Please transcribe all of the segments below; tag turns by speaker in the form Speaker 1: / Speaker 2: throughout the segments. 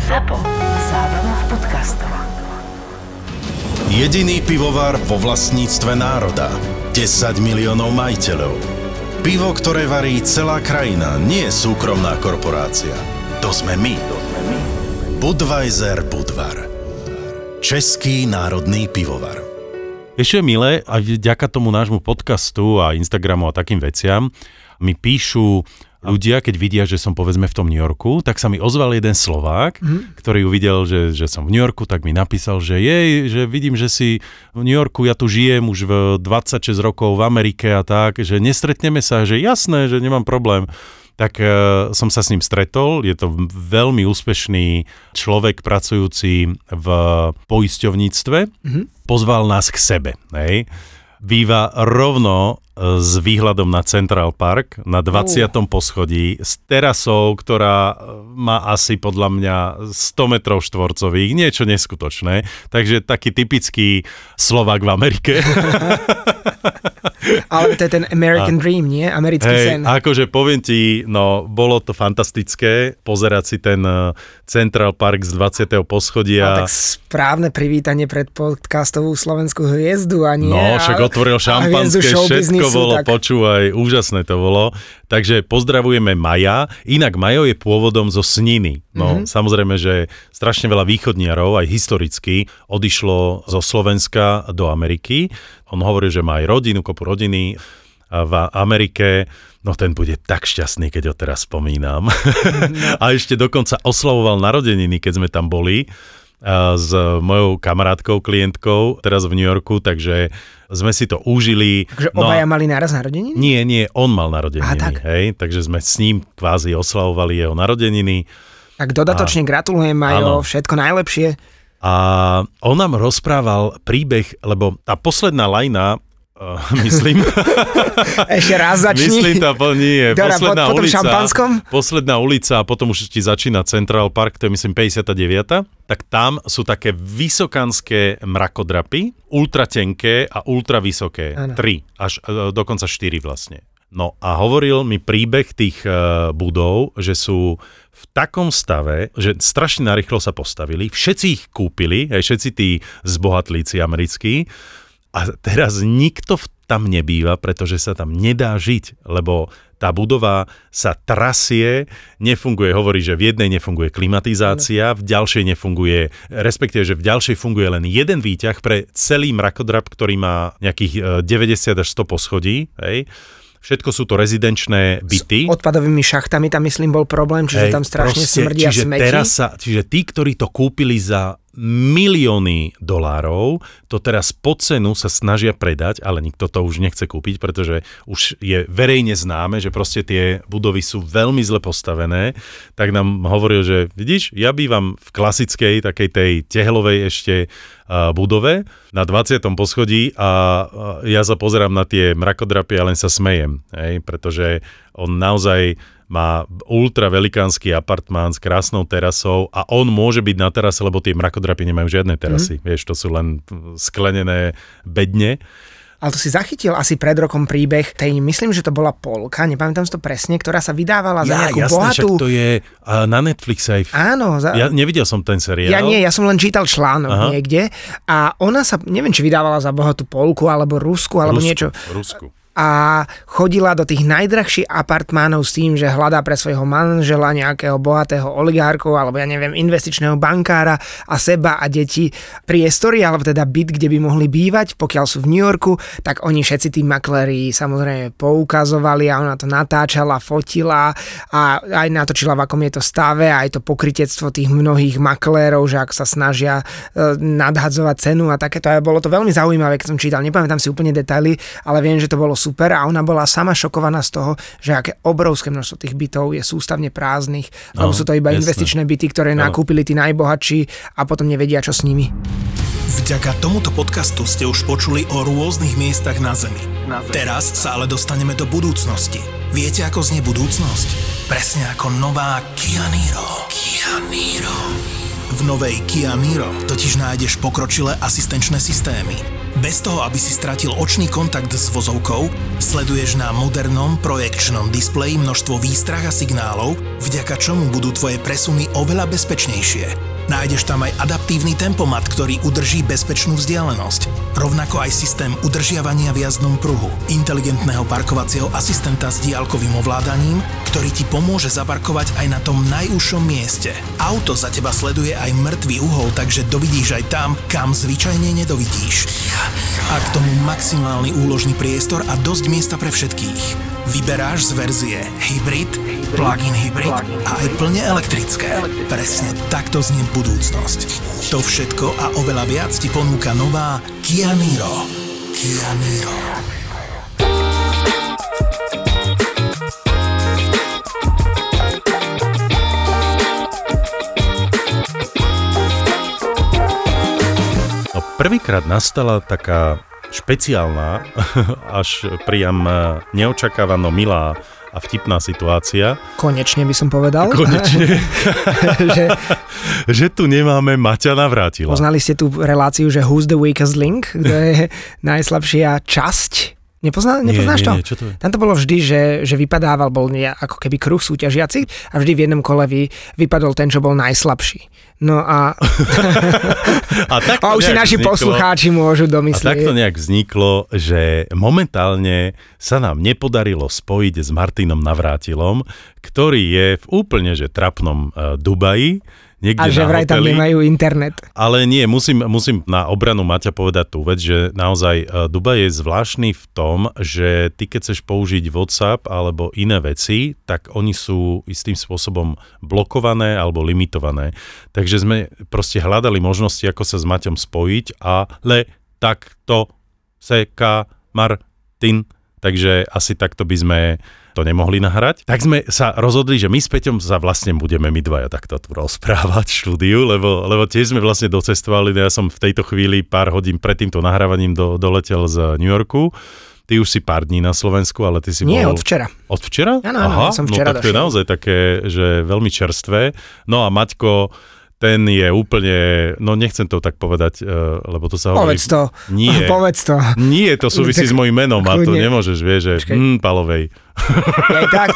Speaker 1: Zábrná v podcastov.
Speaker 2: Jediný pivovar vo vlastníctve národa. 10 miliónov majiteľov. Pivo, ktoré varí celá krajina, nie je súkromná korporácia. To sme my. Budweiser Budvar. Český národný pivovar.
Speaker 3: Ešte je milé, aj vďaka tomu nášmu podcastu a Instagramu a takým veciam, mi píšu ľudia, keď vidia, že som povedzme v tom New Yorku, tak sa mi ozval jeden Slovák, ktorý uvidel, že som v New Yorku, tak mi napísal, že vidím, že si v New Yorku, ja tu žijem už v 26 rokov v Amerike a tak, že nestretneme sa, že jasné, že nemám problém. Tak som sa s ním stretol, je to veľmi úspešný človek pracujúci v poisťovníctve, pozval nás k sebe, hej. Býva rovno s výhľadom na Central Park na 20. poschodí s terasou, ktorá má asi podľa mňa 100 metrov štvorcových, niečo neskutočné. Takže taký typický Slovák v Amerike.
Speaker 4: Ale to je ten American Dream, nie? Americký sen.
Speaker 3: Akože poviem ti, no bolo to fantastické pozerať si ten Central Park z 20. poschodia.
Speaker 4: Tak správne privítanie pred podcastovú slovenskú hviezdu a nie.
Speaker 3: No, však otvoril šampanské, všetko bolo, tak... počúvaj, úžasné to bolo. Takže pozdravujeme Maja. Inak Majo je pôvodom zo Sniny. No, samozrejme, že strašne veľa východniarov, aj historicky, odišlo zo Slovenska do Ameriky. On hovorí, že má aj rodinu, kopu rodiny v Amerike. No ten bude tak šťastný, keď ho teraz spomínam. A ešte dokonca oslavoval narodeniny, keď sme tam boli s mojou kamarátkou, klientkou, teraz v New Yorku, takže sme si to užili.
Speaker 4: Takže obaja mali naraz narodeniny?
Speaker 3: Nie, on mal narodeniny, hej, takže sme s ním kvázi oslavovali jeho narodeniny.
Speaker 4: Tak dodatočne gratulujem, Majo, všetko najlepšie.
Speaker 3: A on nám rozprával príbeh, lebo tá posledná lajna, myslím.
Speaker 4: Ešte raz začni.
Speaker 3: Myslím to, nie. Posledná
Speaker 4: potom
Speaker 3: ulica,
Speaker 4: šampanskom?
Speaker 3: Posledná ulica a potom už ti začína Central Park, to je myslím 59. Tak tam sú také vysokánske mrakodrapy, ultratenké a ultravysoké. 3, až dokonca 4 vlastne. No a hovoril mi príbeh tých budov, že sú v takom stave, že strašne narýchlo sa postavili, všetci ich kúpili, aj všetci tí zbohatlíci americkí, a teraz nikto tam nebýva, pretože sa tam nedá žiť, lebo tá budova sa trasie, nefunguje, hovorí, že v jednej nefunguje klimatizácia, v ďalšej nefunguje, respektíve, že v ďalšej funguje len jeden výťah pre celý mrakodrap, ktorý má nejakých 90 až 100 poschodí, hej. Všetko sú to rezidenčné byty.
Speaker 4: S odpadovými šachtami tam myslím bol problém, čiže tam strašne smrdia smeti.
Speaker 3: Čiže tí, ktorí to kúpili za milióny dolárov, to teraz po cenu sa snažia predať, ale nikto to už nechce kúpiť, pretože už je verejne známe, že proste tie budovy sú veľmi zle postavené. Tak nám hovoril, že vidíš, ja bývam v klasickej, takej tej tehlovej ešte budove na 20. poschodí a ja sa pozerám na tie mrakodrapy a len sa smejem, hej, pretože on naozaj má ultra velikánsky apartmán s krásnou terasou a on môže byť na terase, lebo tie mrakodrapy nemajú žiadne terasy. Vieš, to sú len sklenené bedne.
Speaker 4: Ale to si zachytil asi pred rokom príbeh tej, myslím, že to bola Polka, nepamätám si to presne, ktorá sa vydávala za nejakú bohatú...
Speaker 3: Však to je na Netflixe.
Speaker 4: Áno.
Speaker 3: Ja nevidel som ten seriál.
Speaker 4: Ja som len čítal článok niekde a ona sa, neviem, či vydávala za bohatú Polku alebo Rusku, alebo niečo.
Speaker 3: Rusku.
Speaker 4: A chodila do tých najdrahších apartmánov s tým, že hľadá pre svojho manžela nejakého bohatého oligárkov alebo ja neviem, investičného bankára a seba a deti priestory, alebo teda byt, kde by mohli bývať, pokiaľ sú v New Yorku, tak oni všetci tí makléri samozrejme poukazovali a ona to natáčala, fotila a aj natočila, v akom je to stave, aj to pokrytectvo tých mnohých maklérov, že ak sa snažia nadhadzovať cenu a takéto. A bolo to veľmi zaujímavé, keď som čítal, nepamätám si úplne detaily, ale viem, že to bolo super a ona bola sama šokovaná z toho, že aké obrovské množstvo tých bytov je sústavne prázdnych, lebo sú to iba investičné byty, ktoré nakúpili tí najbohatší a potom nevedia, čo s nimi.
Speaker 5: Vďaka tomuto podcastu ste už počuli o rôznych miestach na Zemi. Teraz sa ale dostaneme do budúcnosti. Viete, ako znie budúcnosť? Presne ako nová Kia Niro. V novej Kia Niro totiž nájdeš pokročilé asistenčné systémy, Bez toho, aby si stratil očný kontakt s vozovkou, sleduješ na modernom projekčnom displeji množstvo výstrah a signálov, vďaka čomu budú tvoje presuny oveľa bezpečnejšie. Nájdeš tam aj adaptívny tempomat, ktorý udrží bezpečnú vzdialenosť. Rovnako aj systém udržiavania v jazdnom pruhu, inteligentného parkovacieho asistenta s diaľkovým ovládaním, ktorý ti pomôže zaparkovať aj na tom najúžšom mieste. Auto za teba sleduje aj mŕtvý uhol, takže dovidíš aj tam, kam zvyčajne nedovidíš. A k tomu maximálny úložný priestor a dosť miesta pre všetkých. Vyberáš z verzie hybrid, plug-in hybrid a aj plne elektrické. Presne takto znie budúcnosť. To všetko a oveľa viac ti ponúka nová Kia Niro. Kia Niro.
Speaker 3: No, prvýkrát nastala taká špeciálna, až priam neočakávano milá a vtipná situácia.
Speaker 4: Konečne by som povedal.
Speaker 3: Konečne. že tu nemáme Maťa Navrátila.
Speaker 4: Poznali ste tú reláciu, že Who's the Weakest Link, kde je najslabšia časť. Nepoznáš to?
Speaker 3: Nie, čo to je?
Speaker 4: Tam to bolo vždy, že vypadával, bol ako keby kruh súťažiaci a vždy v jednom kole vypadol ten, čo bol najslabší. No a už si naši poslucháči môžu domyslieť.
Speaker 3: A takto nejak vzniklo, že momentálne sa nám nepodarilo spojiť s Martinom Navrátilom, ktorý je v úplne že trapnom Dubaji, niekde
Speaker 4: a že vraj tam nemajú internet.
Speaker 3: Ale nie, musím na obranu Maťa povedať tú vec, že naozaj Dubaj je zvláštny v tom, že ty keď chceš použiť WhatsApp alebo iné veci, tak oni sú istým spôsobom blokované alebo limitované. Takže sme proste hľadali možnosti, ako sa s Maťom spojiť, ale takto seka Martin. Takže asi takto by sme to nemohli nahrať. Tak sme sa rozhodli, že my s Peťom sa vlastne budeme my dvaja takto rozprávať v štúdiu, lebo tiež sme vlastne docestovali, ja som v tejto chvíli pár hodín pred týmto nahrávaním doletel z New Yorku. Ty už si pár dní na Slovensku, ale ty si
Speaker 4: Nie,
Speaker 3: bol...
Speaker 4: od včera.
Speaker 3: Od včera?
Speaker 4: Áno, som včera
Speaker 3: tak to je naozaj také, že veľmi čerstvé. No a Maťko, ten je úplne, no nechcem to tak povedať, lebo to sa hovorí...
Speaker 4: Povedz to.
Speaker 3: Nie.
Speaker 4: Povedz to.
Speaker 3: Nie, to súvisí s mojím menom a to nemôžeš, vieš, že Palovej.
Speaker 4: Je tak.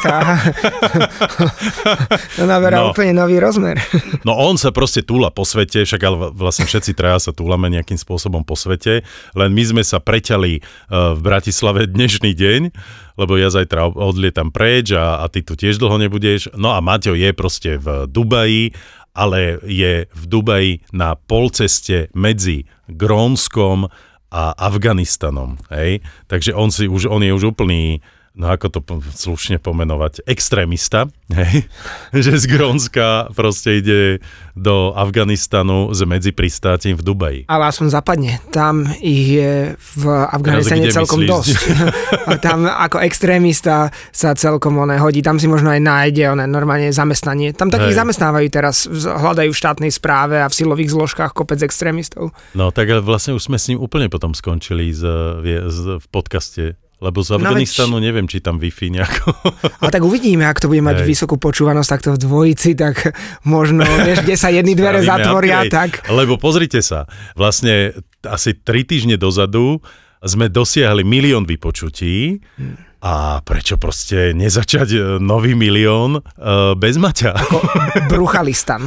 Speaker 4: To naberá úplne nový rozmer.
Speaker 3: No on sa proste túla po svete, však ale vlastne všetci traja sa túlame nejakým spôsobom po svete, len my sme sa preťali v Bratislave dnešný deň, lebo ja zajtra odlietam preč a ty tu tiež dlho nebudeš. No a Maťo je proste v Dubaji, ale je v Dubaji na polceste medzi Grónskom a Afganistanom. Hej? Takže on je už úplný, no ako to slušne pomenovať, extrémista, hej? Že z Grónska proste ide do Afganistanu s medzipristátim v Dubaji.
Speaker 4: Ale aspoň zapadne. Tam ich je v Afganistane celkom dosť. A tam ako extrémista sa celkom hodí. Tam si možno aj nájde normálne zamestnanie. Tam takých zamestnávajú teraz, hľadajú v štátnej správe a v silových zložkách kopec extrémistov.
Speaker 3: No tak vlastne už sme s ním úplne potom skončili v podcaste. Lebo z Afganistanu neviem, či tam Wi-Fi nejako...
Speaker 4: Ale tak uvidíme, ak to bude mať vysokú počúvanosť takto v dvojici, tak možno, vieš, kde sa jedny dvere zatvoria, tak...
Speaker 3: Lebo pozrite sa, vlastne asi 3 týždne dozadu sme dosiahli 1 000 000 vypočutí a prečo proste nezačať nový 1 000 000 bez Maťa?
Speaker 4: Ako Bruchalistan.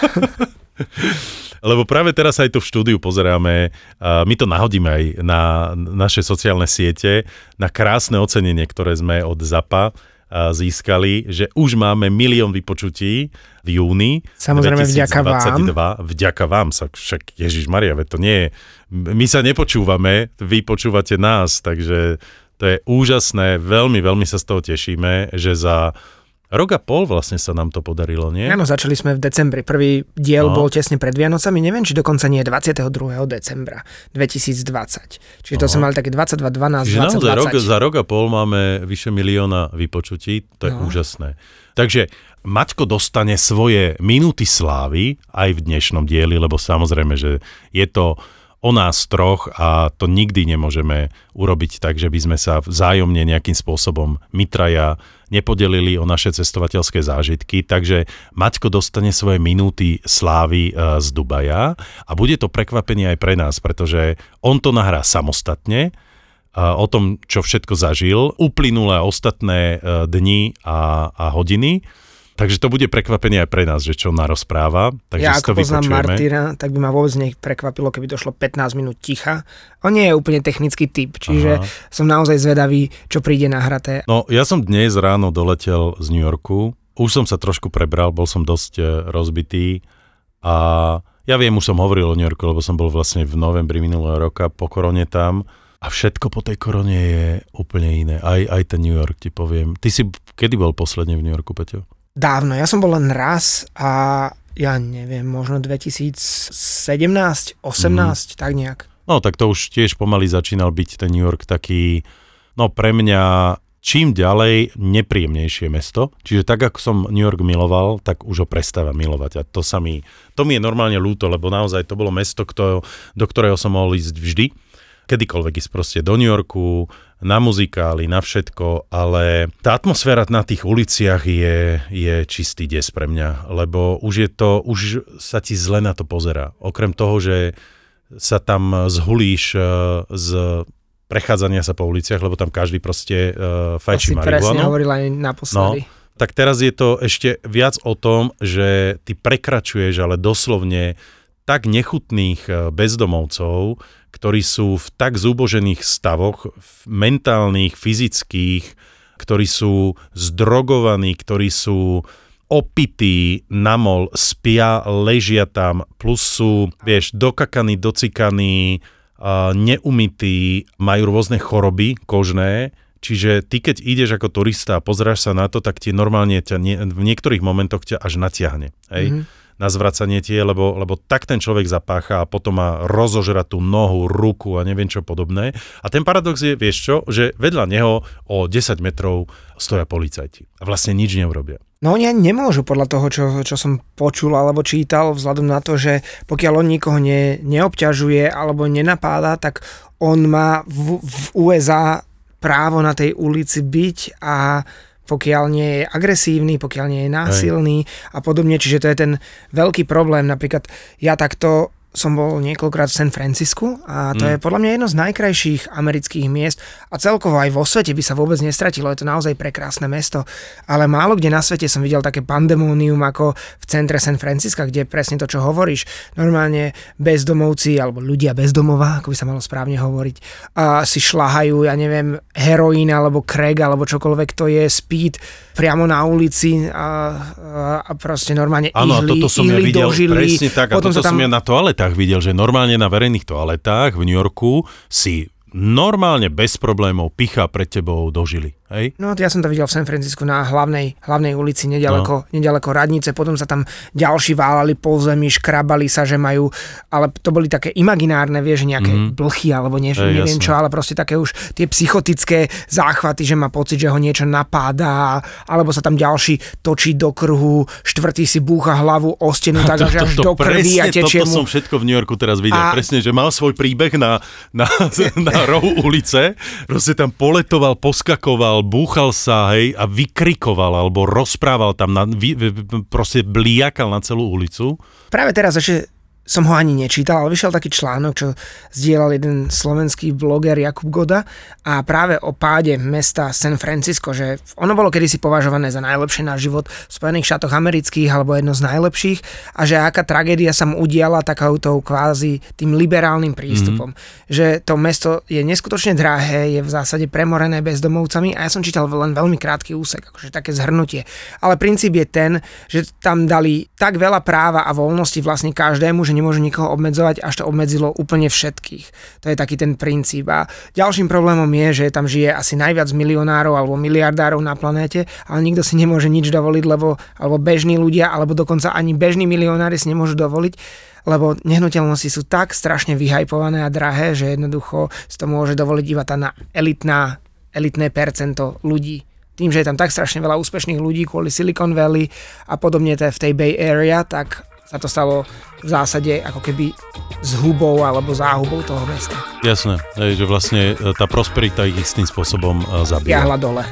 Speaker 3: Lebo práve teraz aj tu v štúdiu pozeráme, my to nahodíme aj na naše sociálne siete, na krásne ocenenie, ktoré sme od ZAPA získali, že už máme 1 000 000 vypočutí v júni.
Speaker 4: Samozrejme 2022.
Speaker 3: Vďaka vám, však Ježišmaria, veď to nie je, my sa nepočúvame, vy počúvate nás, takže to je úžasné, veľmi, veľmi sa z toho tešíme, že za rok a pol vlastne sa nám to podarilo, nie?
Speaker 4: Áno, začali sme v decembri. Prvý diel bol tesne pred Vianocami. Neviem, či dokonca nie je 22. decembra 2020. Čiže to sme mali také 22, 12, 20, 20.
Speaker 3: Za rok a pol máme vyše 1 000 000 vypočutí. To je úžasné. Takže Maťko dostane svoje minúty slávy aj v dnešnom dieli, lebo samozrejme, že je to o nás troch a to nikdy nemôžeme urobiť tak, že by sme sa vzájomne nejakým spôsobom my traja nepodelili o naše cestovateľské zážitky, takže Maťko dostane svoje minúty slávy z Dubaja a bude to prekvapenie aj pre nás, pretože on to nahrá samostatne o tom, čo všetko zažil, uplynulé ostatné dni a hodiny. Takže to bude prekvapenie aj pre nás, že čo on narozpráva. Takže
Speaker 4: ja
Speaker 3: si to
Speaker 4: ako poznám
Speaker 3: vypočujeme.
Speaker 4: Martyna, tak by ma vôbec neprekvapilo, keby došlo 15 minút ticha. On nie je úplne technický typ, čiže som naozaj zvedavý, čo príde nahraté.
Speaker 3: No, ja som dnes ráno doletel z New Yorku. Už som sa trošku prebral, bol som dosť rozbitý a ja viem, už som hovoril o New Yorku, lebo som bol vlastne v novembri minulého roka po korone tam a všetko po tej korone je úplne iné. Aj ten New York, ti poviem. Ty si kedy bol posledne v New Yorku, Peťo?
Speaker 4: Dávno, ja som bol len raz a ja neviem, možno 2017, 18, tak nejak.
Speaker 3: No tak to už tiež pomaly začínal byť ten New York taký, no pre mňa čím ďalej nepríjemnejšie mesto. Čiže tak, ako som New York miloval, tak už ho prestávam milovať. A to mi je normálne ľúto, lebo naozaj to bolo mesto, do ktorého som mohol ísť vždy. Kedykoľvek ísť proste do New Yorku, na muzikály, na všetko, ale tá atmosféra na tých uliciach je čistý des pre mňa, lebo už sa ti zle na to pozerá. Okrem toho, že sa tam zhulíš z prechádzania sa po uliciach, lebo tam každý proste fajčí marihuanu.
Speaker 4: To si presne hovoril aj naposledy.
Speaker 3: No, tak teraz je to ešte viac o tom, že ty prekračuješ, ale doslovne tak nechutných bezdomovcov, ktorí sú v tak zúbožených stavoch, mentálnych, fyzických, ktorí sú zdrogovaní, ktorí sú opití, namol, spia, ležia tam, plus sú, dokakaní, docikaní, neumytí, majú rôzne choroby kožné, čiže ty, keď ideš ako turista a pozráš sa na to, tak ti normálne v niektorých momentoch ťa až natiahne, hej? Mm-hmm. Na zvracanie tie, lebo tak ten človek zapácha a potom má rozožrať tú nohu, ruku a neviem čo podobné. A ten paradox je, vieš čo, že vedľa neho o 10 metrov stoja policajti a vlastne nič neurobia.
Speaker 4: No oni ani nemôžu podľa toho, čo som počul alebo čítal, vzhľadom na to, že pokiaľ on nikoho neobťažuje alebo nenapáda, tak on má v USA právo na tej ulici byť a pokiaľ nie je agresívny, pokiaľ nie je násilný a podobne. Čiže to je ten veľký problém. Napríklad ja takto som bol niekoľkokrát v San Francisku a to je podľa mňa jedno z najkrajších amerických miest a celkovo aj vo svete by sa vôbec nestratilo, je to naozaj prekrásne mesto, ale málo kde na svete som videl také pandemónium ako v centre San Francisca, kde je presne to, čo hovoríš. Normálne bezdomovci alebo ľudia bez domova, ako by sa malo správne hovoriť, a si šľahajú, ja neviem, heroín alebo crack alebo čokoľvek to je, speed priamo na ulici a proste normálne ihli dožili.
Speaker 3: Presne tak, a toto som ja na toaletách videl, že normálne na verejných toaletách v New Yorku si normálne bez problémov pichá pred tebou dožili. Hej?
Speaker 4: No ja som to videl v San Francisku na hlavnej ulici nedaleko radnice, potom sa tam ďalší válali po zemi, škrabali sa, že majú, ale to boli také imaginárne, vieš, nejaké blchy alebo neviem čo, ale proste také už tie psychotické záchvaty, že má pocit, že ho niečo napáda, alebo sa tam ďalší točí do kruhu, štvrtý si búcha hlavu o stenu tak, že až do krvi a tečie mu.
Speaker 3: Toto som všetko v New Yorku teraz videl, presne, že mal svoj príbeh na rohu ulice, proste tam poletoval, poskakoval, búchal sa, hej, a vykrikoval, alebo rozprával tam, proste bliakal na celú ulicu.
Speaker 4: Práve teraz ešte som ho ani nečítal, ale vyšiel taký článok, čo zdieľal jeden slovenský bloger Jakub Goda a práve o páde mesta San Francisco, že ono bolo kedysi považované za najlepšie na život v Spojených štátoch amerických alebo jedno z najlepších a že aká tragédia sa mu udiala takouto kvázi tým liberálnym prístupom. Že to mesto je neskutočne drahé, je v zásade premorené bezdomovcami a ja som čítal len veľmi krátky úsek, akože také zhrnutie. Ale princíp je ten, že tam dali tak veľa práva a voľnosti vlastne každému, že nemôže nikoho obmedzovať, až to obmedzilo úplne všetkých. To je taký ten princíp. A ďalším problémom je, že tam žije asi najviac milionárov alebo miliardárov na planéte, ale nikto si nemôže nič dovoliť, alebo bežní ľudia, alebo dokonca ani bežní milionári si nemôžu dovoliť, lebo nehnuteľnosti sú tak strašne vyhajpované a drahé, že jednoducho si to môže dovoliť iba tá elitné percento ľudí. Tým, že je tam tak strašne veľa úspešných ľudí kvôli Silicon Valley a podobne v tej Bay Area, tak sa to stalo v zásade ako keby zhubou alebo záhubou toho mesta.
Speaker 3: Jasné, že vlastne tá prosperita ich istým spôsobom zabíja.
Speaker 4: Jahla dole.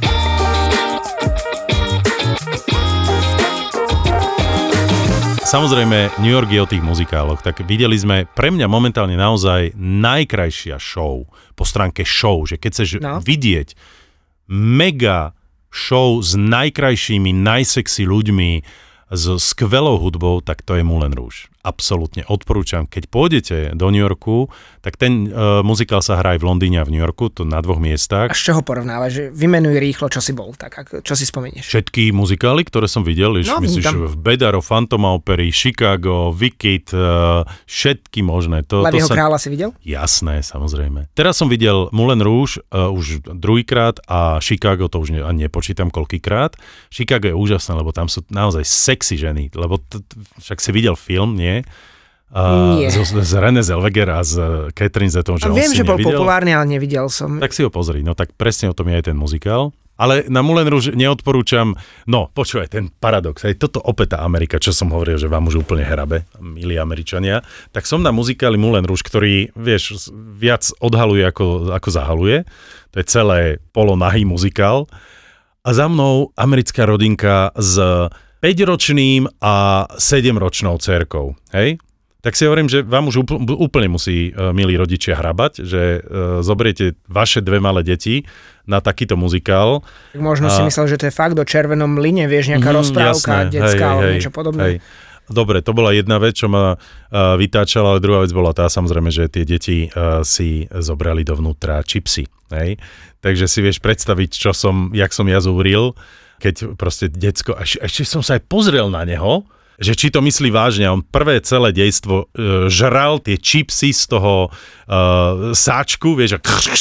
Speaker 3: Samozrejme, New York je o tých muzikáloch, tak videli sme pre mňa momentálne naozaj najkrajšia show po stránke show, že keď chceš vidieť mega show s najkrajšími, najsexy ľuďmi, so skvelou hudbou, tak to je Moulin Rouge. Absolútne odporúčam. Keď pôjdete do New Yorku, tak ten muzikál sa hrá aj v Londýne a v New Yorku, to na 2 miestach.
Speaker 4: A z čoho porovnávaš? Vymenuj rýchlo, čo si bol, tak čo si spomenieš?
Speaker 3: Všetky muzikály, ktoré som videl, myslíš v Bedaro, Phantom Opery, Chicago, Wicked, všetky možné.
Speaker 4: Hlavného kráľa si videl?
Speaker 3: Jasné, samozrejme. Teraz som videl Moulin Rouge už druhýkrát a Chicago to už nepočítam koľkýkrát. Chicago je úžasné, lebo tam sú naozaj sexy ženy, lebo však si videl film, nie? Z Renée Zellweger a z Catherine Zeta-Jones.
Speaker 4: Viem, že bol populárny, ale nevidel som.
Speaker 3: Tak si ho pozri, no tak presne o tom je aj ten muzikál. Ale na Moulin Rouge neodporúčam, no počúvaj, ten paradox, aj toto opäť tá Amerika, čo som hovoril, že vám už úplne hrabe, milí Američania, tak som na muzikáli Moulin Rouge, ktorý, vieš, viac odhaluje ako zahaluje, to je celé polonahý muzikál a za mnou americká rodinka s 5-ročným a 7-ročnou dcérkou, hej? Tak si hovorím, že vám už úplne musí, milí rodičia, hrabať, že zoberiete vaše 2 malé deti na takýto muzikál.
Speaker 4: Tak možno si myslel, že to je fakt o Červenom mlyne, vieš, nejaká rozprávka, detská, alebo niečo podobné.
Speaker 3: Dobre, to bola jedna vec, čo ma vytáčala, ale druhá vec bola tá, samozrejme, že tie deti si zobrali dovnútra čipsy, hej? Takže si vieš predstaviť, jak som ja zúril, keď proste decko, ešte som sa aj pozrel na neho, že či to myslí vážne. On prvé celé dejstvo žral tie čipsy z toho sáčku, vieš,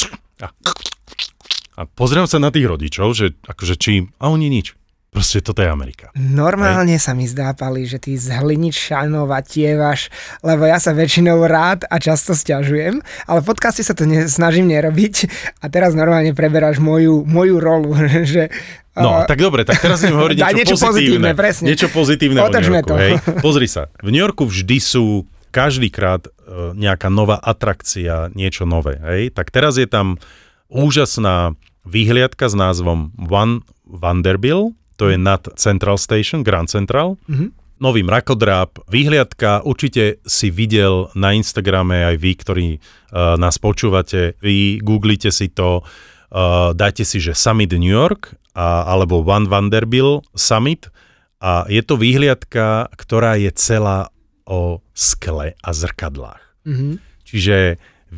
Speaker 3: a pozrel sa na tých rodičov, že akože čím, a oni nič. Proste toto je Amerika.
Speaker 4: Normálne sa mi zdá, Pali, že ty z Hliničanov tievaš, lebo ja sa väčšinou rád a často sťažujem, ale v podcaste sa to snažím nerobiť a teraz normálne preberáš moju rolu, že...
Speaker 3: No, tak dobre, tak teraz idem hovoriť niečo pozitívne.
Speaker 4: Presne.
Speaker 3: Niečo pozitívne o New Yorku,
Speaker 4: to.
Speaker 3: Hej. Pozri sa, v New Yorku vždy sú každýkrát nejaká nová atrakcia, niečo nové, hej. Tak teraz je tam úžasná výhliadka s názvom One Vanderbilt, to je nad Central Station, Grand Central. Nový mrakodráp, výhliadka, určite si videl na Instagrame aj vy, ktorí nás počúvate, vy googlite si to, dajte si, že Summit New York, alebo One Vanderbilt Summit a je to výhliadka, ktorá je celá o skle a zrkadlách. Čiže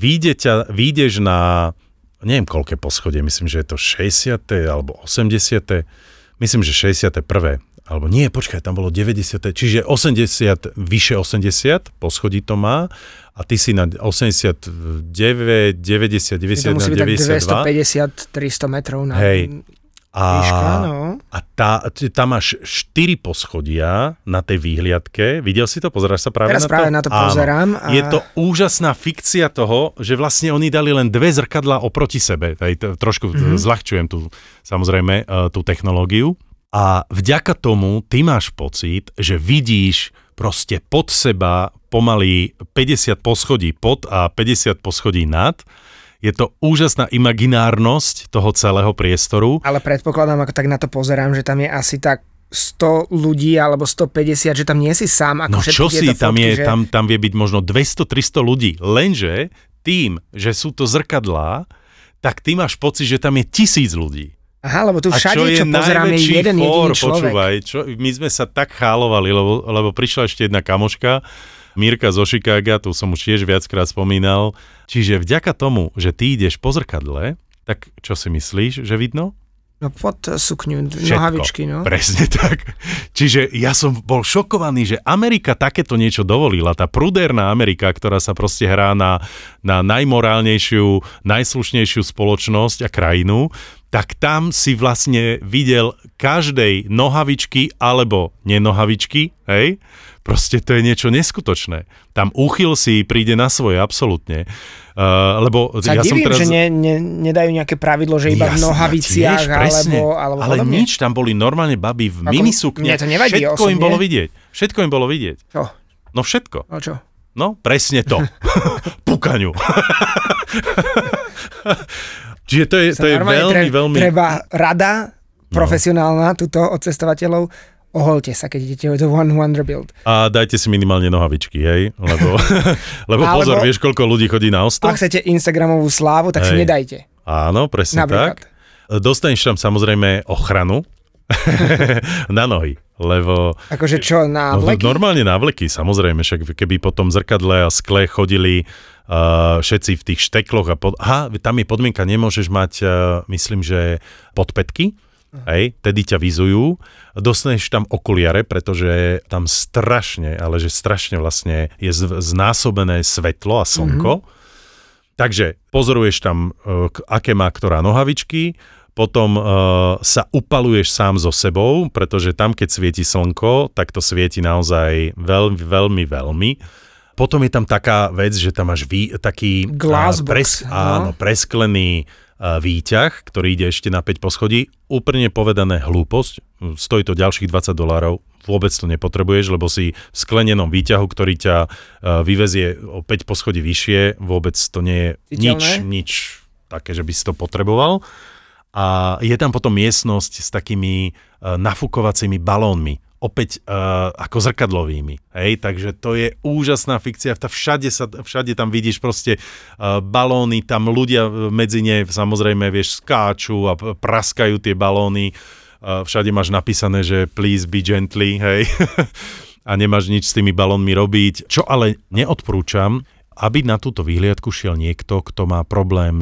Speaker 3: vyjdeš na, neviem koľké poschodie, myslím, že je to 60. alebo 80. Myslím, že 61. Alebo nie, počkaj, tam bolo 90. Čiže 80, vyše 80 poschodí to má a ty si na 89, 90, 91, 92. To musí byť
Speaker 4: tak 250-300 metrov na výška, no.
Speaker 3: A tam máš 4 poschodia na tej výhliadke. Videl si to? Pozeráš sa práve
Speaker 4: teraz
Speaker 3: na to?
Speaker 4: Teraz práve na to pozerám.
Speaker 3: A... Je to úžasná fikcia toho, že vlastne oni dali len 2 zrkadlá oproti sebe. Trošku zľahčujem samozrejme tú technológiu. A vďaka tomu ty máš pocit, že vidíš proste pod seba pomaly 50 poschodí pod a 50 poschodí nad. Je to úžasná imaginárnosť toho celého priestoru.
Speaker 4: Ale predpokladám, ako tak na to pozerám, že tam je asi tak 100 ľudí alebo 150, že tam nie si sám. Ako
Speaker 3: no čo si, tam fotky, je, že... tam vie byť možno 200-300 ľudí. Lenže tým, že sú to zrkadlá, tak ty máš pocit, že tam je 1000 ľudí.
Speaker 4: Aha, lebo tu všade, čo pozerám, je jeden jediný človek.
Speaker 3: Počúvaj, my sme sa tak chálovali, lebo prišla ešte jedna kamoška, Mirka zo Chicaga, tu som už tiež viackrát spomínal. Čiže vďaka tomu, že ty ideš po zrkadle, tak čo si myslíš, že vidno?
Speaker 4: No pod sukňu, nohavičky, no.
Speaker 3: Presne tak. Čiže ja som bol šokovaný, že Amerika takéto niečo dovolila. Tá prudérna Amerika, ktorá sa proste hrá na najmorálnejšiu, najslušnejšiu spoločnosť a krajinu, tak tam si vlastne videl každej nohavičky alebo nenohavičky, hej? Proste to je niečo neskutočné. Tam úchyl si príde na svoje, absolútne. Lebo
Speaker 4: sa divím, teraz... že nedajú nejaké pravidlo, že iba v nohaviciach, alebo
Speaker 3: ale podobne. Nič, tam boli normálne baby v minisukniach.
Speaker 4: Mne to nevadí
Speaker 3: Všetko
Speaker 4: osobne.
Speaker 3: Všetko im bolo vidieť.
Speaker 4: Čo?
Speaker 3: No všetko.
Speaker 4: O čo?
Speaker 3: No, presne to. Pukaňu. Čiže to je veľmi...
Speaker 4: Treba rada profesionálna tuto od cestovateľov. Oholte sa, keď idete do One Wonderbilt.
Speaker 3: A dajte si minimálne nohavičky, hej? Lebo pozor, vieš, koľko ľudí chodí na Osto?
Speaker 4: Ak chcete Instagramovú slávu, tak si nedajte.
Speaker 3: Áno, presne
Speaker 4: napríklad.
Speaker 3: Tak. Dostaneš tam samozrejme ochranu na nohy. Lebo...
Speaker 4: Akože čo, na vleky?
Speaker 3: No, normálne na vleky, samozrejme, však keby po tom zrkadle a skle chodili všetci v tých štekloch tam je podmienka, nemôžeš mať, myslím, že podpätky, hej, tedy ťa vizujú, dostaneš tam okuliare, pretože tam strašne vlastne je znásobené svetlo a slnko, takže pozoruješ tam, aké má ktorá nohavičky. Potom sa upaluješ sám so sebou, pretože tam, keď svieti slnko, tak to svieti naozaj veľmi, veľmi, veľmi. Potom je tam taká vec, že tam máš taký presklený výťah, ktorý ide ešte na 5 poschodí. Úplne povedané hlúposť. Stojí to ďalších $20. Vôbec to nepotrebuješ, lebo si v sklenenom výťahu, ktorý ťa vyvezie o 5 poschodí vyššie. Vôbec to nie je nič také, že by si to potreboval. A je tam potom miestnosť s takými nafúkovacími balónmi, opäť ako zrkadlovými. Hej? Takže to je úžasná fikcia. Všade tam vidíš proste balóny, tam ľudia medzi ne samozrejme, vieš, skáču a praskajú tie balóny. Všade máš napísané, že please be gently, hej? A nemáš nič s tými balónmi robiť. Čo ale neodporúčam, aby na túto výhliadku šiel niekto, kto má problém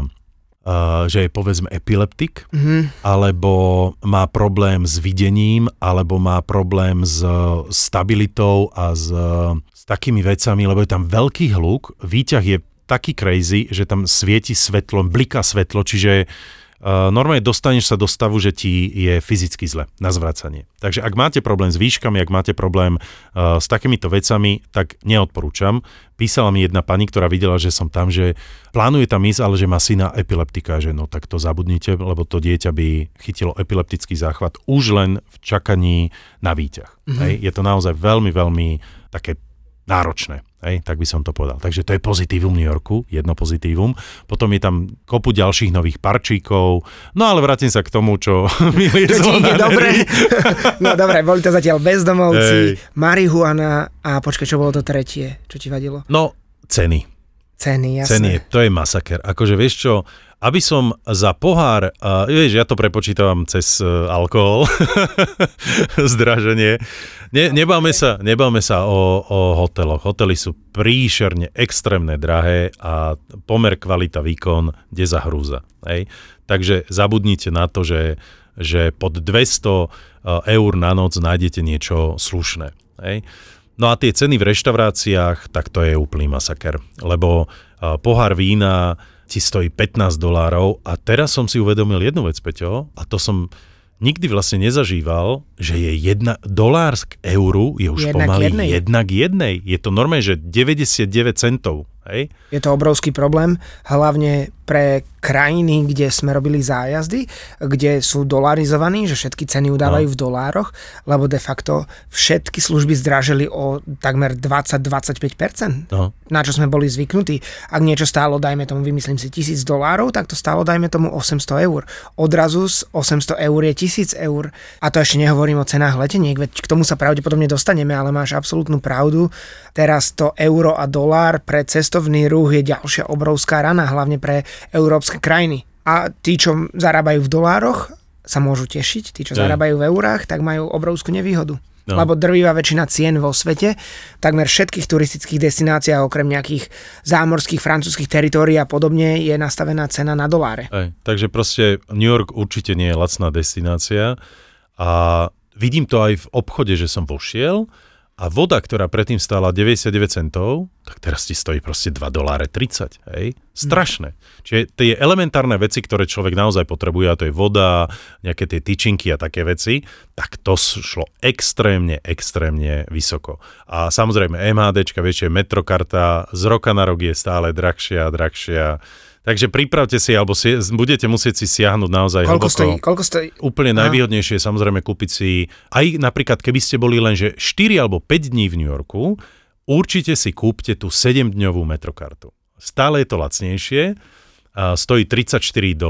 Speaker 3: že je povedzme epileptik, alebo má problém s videním, alebo má problém s stabilitou a s takými vecami, lebo je tam veľký hluk, výťah je taký crazy, že tam svieti svetlo, bliká svetlo, čiže normálne dostaneš sa do stavu, že ti je fyzicky zle na zvracanie. Takže ak máte problém s výškami, ak máte problém s takýmito vecami, tak neodporúčam. Písala mi jedna pani, ktorá videla, že som tam, že plánuje tam ísť, ale že má syna epileptika, že no tak to zabudnite, lebo to dieťa by chytilo epileptický záchvat už len v čakaní na výťah. Hej? Je to naozaj veľmi, veľmi také náročné. Hej, tak by som to povedal. Takže to je pozitívum New Yorku, jedno pozitívum. Potom je tam kopu ďalších nových parčíkov. No ale vrátim sa k tomu, čo mi liezlo na
Speaker 4: dobre. No dobre, boli to zatiaľ bezdomovci, marihuana a počkaj, čo bolo to tretie? Čo ti vadilo?
Speaker 3: No, ceny.
Speaker 4: Ceny, jasné.
Speaker 3: To je masaker. Akože vieš čo, aby som za pohár, vieš, ja to prepočítavam cez alkohol, zdraženie. Nebáme sa o hoteloch. Hotely sú príšerne extrémne drahé a pomer kvalita výkon ide za hrúza. Hej? Takže zabudnite na to, že pod 200 eur na noc nájdete niečo slušné. Hej? No a tie ceny v reštauráciách, tak to je úplný masaker, lebo pohár vína ti stojí $15 a teraz som si uvedomil jednu vec, Peťo, a to som nikdy vlastne nezažíval, že je $1 k euru, je už pomaly 1 k 1. Je to normálne, že 99 centov. Hej?
Speaker 4: Je to obrovský problém, hlavne pre krajiny, kde sme robili zájazdy, kde sú dolarizovaní, že všetky ceny udávajú v dolároch, lebo de facto všetky služby zdražili o takmer 20-25%. No. Na čo sme boli zvyknutí. Ak niečo stálo, dajme tomu, vymyslím si $1,000, tak to stálo, dajme tomu, 800 eur. Odrazu z 800 eur je 1,000 eur. A to ešte nehovorím o cenách leteniek, veď k tomu sa pravdepodobne dostaneme, ale máš absolútnu pravdu. Teraz to euro a dolár pre cestovný ruch je ďalšia obrovská rana, hlavne pre európske krajiny. A tí, čo zarábajú v dolároch, sa môžu tešiť. Tí, čo zarábajú v eurách, tak majú obrovskú nevýhodu. No. Lebo drvivá väčšina cien vo svete, takmer všetkých turistických destináciách, okrem nejakých zámorských francúzskych teritórií a podobne, je nastavená cena na doláre.
Speaker 3: Takže proste New York určite nie je lacná destinácia a vidím to aj v obchode, že som vošiel a voda, ktorá predtým stála 99 centov, tak teraz ti stojí proste $2.30. Hej? Strašné. Čiže tie elementárne veci, ktoré človek naozaj potrebuje, a to je voda, nejaké tie tyčinky a také veci, tak to šlo extrémne vysoko. A samozrejme MHDčka, vieš, metrokarta z roka na rok je stále drahšia. Takže pripravte si, alebo budete musieť si siahnuť naozaj
Speaker 4: Koľko stojí?
Speaker 3: Úplne najvýhodnejšie je samozrejme kúpiť si, aj napríklad keby ste boli len že 4 alebo 5 dní v New Yorku, určite si kúpte tú 7-dňovú metrokartu. Stále je to lacnejšie, stojí $34,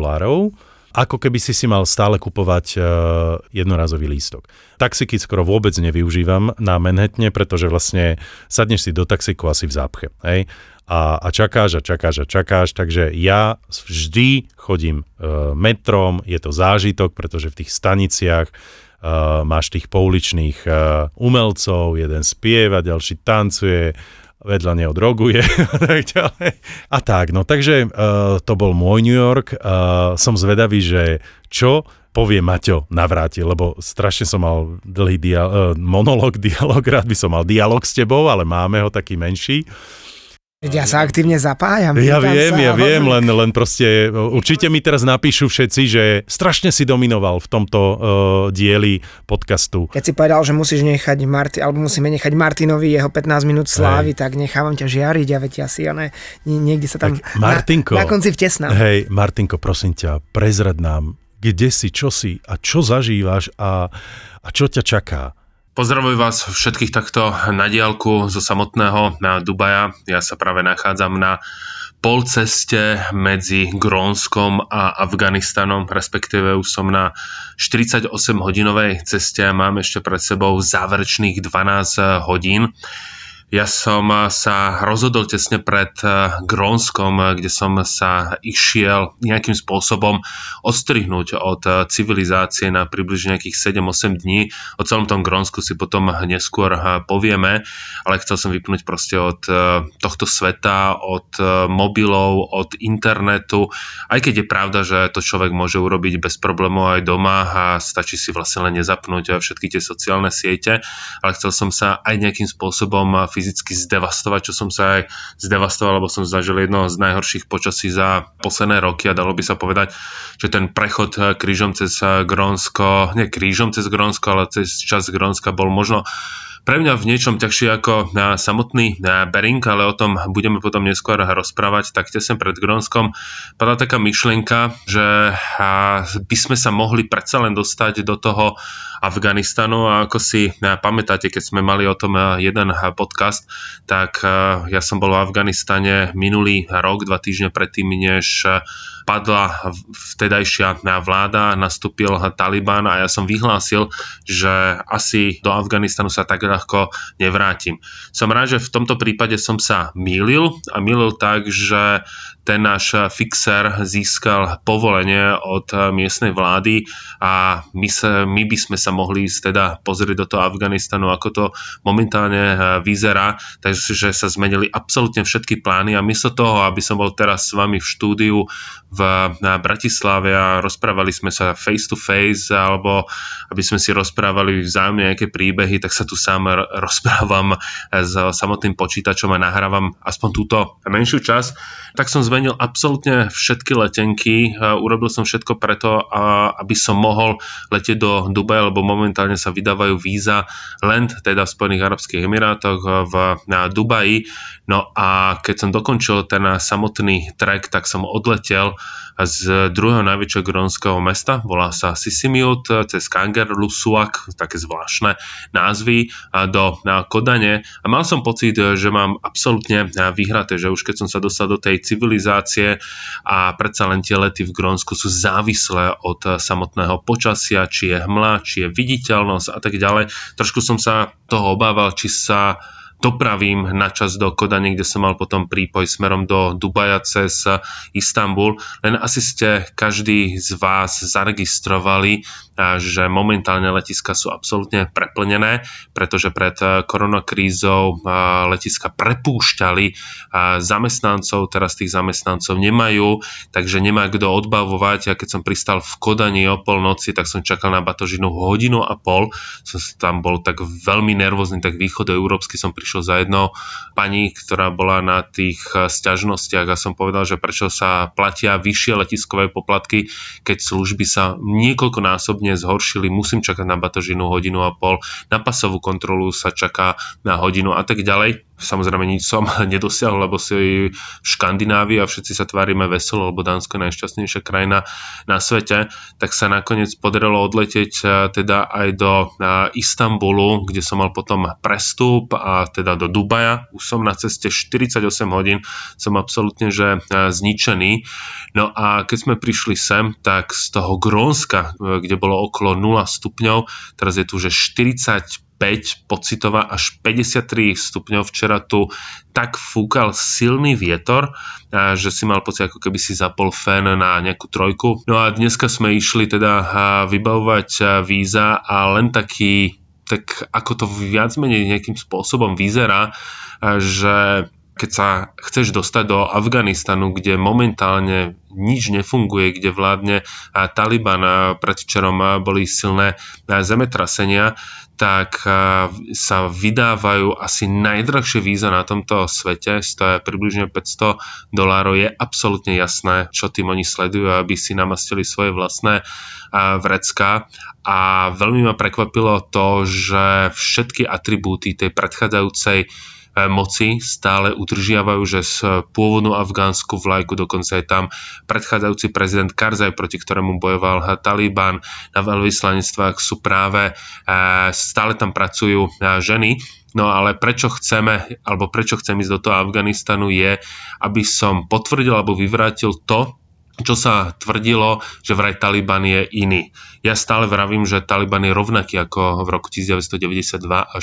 Speaker 3: ako keby si mal stále kupovať jednorazový lístok. Taxiky skoro vôbec nevyužívam na Manhattane, pretože vlastne sadneš si do taxiku asi v zápche. Hej? A čakáš, takže ja vždy chodím metrom, je to zážitok, pretože v tých staniciach máš tých pouličných umelcov, jeden spieva, ďalší tancuje, vedľa neho droguje a tak ďalej. A tak, no takže to bol môj New York. Som zvedavý, že čo povie Maťo Navrátil, lebo strašne som mal dlhý dialog, rád by som mal dialog s tebou, ale máme ho taký menší.
Speaker 4: Ja sa aktívne zapájam.
Speaker 3: Ja viem, len proste určite mi teraz napíšu všetci, že strašne si dominoval v tomto dieli podcastu.
Speaker 4: Keď si povedal, že musíme nechať Martinovi jeho 15 minút slávy, tak nechávam ťa žiariť a veď asi niekde sa tam
Speaker 3: Martinko,
Speaker 4: na konci vtesnám.
Speaker 3: Hej, Martinko, prosím ťa, prezrad nám, kde si, čo si a čo zažívaš a čo ťa čaká.
Speaker 1: Pozdravujem vás všetkých takto na diaľku zo samotného Dubaja. Ja sa práve nachádzam na polceste medzi Grónskom a Afganistanom, respektíve už som na 48-hodinovej ceste a mám ešte pred sebou záverečných 12 hodín. Ja som sa rozhodol tesne pred Grónskom, kde som sa išiel nejakým spôsobom odstrihnúť od civilizácie na približne nejakých 7-8 dní. O celom tom Grónsku si potom neskôr povieme, ale chcel som vypnúť proste od tohto sveta, od mobilov, od internetu. Aj keď je pravda, že to človek môže urobiť bez problémov aj doma a stačí si vlastne len nezapnúť všetky tie sociálne siete, ale chcel som sa aj nejakým spôsobom fyzicky zdevastovať, čo som sa aj zdevastoval, lebo som zažil jedno z najhorších počasí za posledné roky a dalo by sa povedať, že ten prechod krížom cez Grónsko, nie krížom cez Grónsko, ale cez časť Grónska bol možno pre mňa v niečom ťažšie ako samotný Bering, ale o tom budeme potom neskôr rozprávať. Tak tesne pred Grónskom padla taká myšlienka, že by sme sa mohli predsa len dostať do toho Afganistanu a ako si pamätáte, keď sme mali o tom jeden podcast, tak ja som bol v Afganistane minulý rok, 2 týždne predtým, než padla vtedajšia vláda, nastúpil Taliban a ja som vyhlásil, že asi do Afganistanu sa tak ľahko nevrátim. Som rád, že v tomto prípade som sa mýlil tak, že ten náš fixer získal povolenie od miestnej vlády a my by sme sa mohli ísť teda pozrieť do toho Afganistanu, ako to momentálne vyzerá, takže sa zmenili absolútne všetky plány a miesto toho, aby som bol teraz s vami v štúdiu na Bratislave a rozprávali sme sa face to face alebo aby sme si rozprávali vzájomne nejaké príbehy, tak sa tu sám rozprávam s samotným počítačom a nahrávam aspoň túto menšiu časť. Tak som zmenil absolútne všetky letenky, urobil som všetko preto, aby som mohol letieť do Dubaja, lebo momentálne sa vydávajú víza len teda v Spojených arabských emirátoch na Dubaji. No a keď som dokončil ten samotný trek, tak som odletel z druhého najväčšieho grónskeho mesta, volá sa Sisimiut, cez Kangerlussuaq, také zvláštne názvy, do Kodane a mal som pocit, že mám absolútne vyhraté, že už keď som sa dostal do tej civilizácie a predsa len tie lety v Grónsku sú závislé od samotného počasia, či je hmla, či je viditeľnosť a tak ďalej. Trošku som sa toho obával, či sa dopravím na čas do Kodane, kde som mal potom prípoj smerom do Dubaja cez Istanbul. Len asi ste každý z vás zaregistrovali, že momentálne letiska sú absolútne preplnené, pretože pred koronakrízou letiska prepúšťali zamestnancov, teraz tých zamestnancov nemajú, takže nemá kto odbavovať. Ja keď som pristal v Kodani o polnoci, tak som čakal na batožinu 1,5 hodiny. Som tam bol tak veľmi nervózny, tak východoeurópsky som prišiel za jednou pani, ktorá bola na tých sťažnostiach a som povedal, že prečo sa platia vyššie letiskové poplatky, keď služby sa niekoľkonásobne zhoršili, musím čakať na batožinu 1,5 hodiny, na pasovú kontrolu sa čaká na hodinu a tak ďalej. samozrejme nič som nedosiahol, lebo si v Škandinávii a všetci sa tvárime veselo, lebo Dánsko je najšťastnejšia krajina na svete, tak sa nakoniec podarilo odletieť teda aj do Istanbulu, kde som mal potom prestup a teda do Dubaja. Už som na ceste 48 hodín, som absolútne že zničený. No a keď sme prišli sem, tak z toho Grónska, kde bolo okolo 0 stupňov, teraz je tu že 45 pocitová až 53 stupňov. Včera tu tak fúkal silný vietor, že si mal pocit, ako keby si zapol fén na nejakú trojku. No a dneska sme išli teda vybavovať víza a len tak ako to viac menej nejakým spôsobom vyzerá, že keď sa chceš dostať do Afganistanu, kde momentálne nič nefunguje, kde vládne Taliban, predvčerom boli silné zemetrasenia, tak sa vydávajú asi najdrahšie víza na tomto svete, stojí približne $500. Je absolútne jasné, čo tým oni sledujú, aby si namastili svoje vlastné vrecká. A veľmi ma prekvapilo to, že všetky atribúty tej predchádzajúcej moci stále udržiavajú, že z pôvodnú afgánsku vlajku, dokonca je tam predchádzajúci prezident Karzaj, proti ktorému bojoval Taliban, na veľvyslanectvách sú práve, stále tam pracujú ženy. No ale prečo chcem ísť do toho Afganistanu je, aby som potvrdil alebo vyvrátil to, čo sa tvrdilo, že vraj Taliban je iný. Ja stále vravím, že Taliban je rovnaký ako v roku 1992 až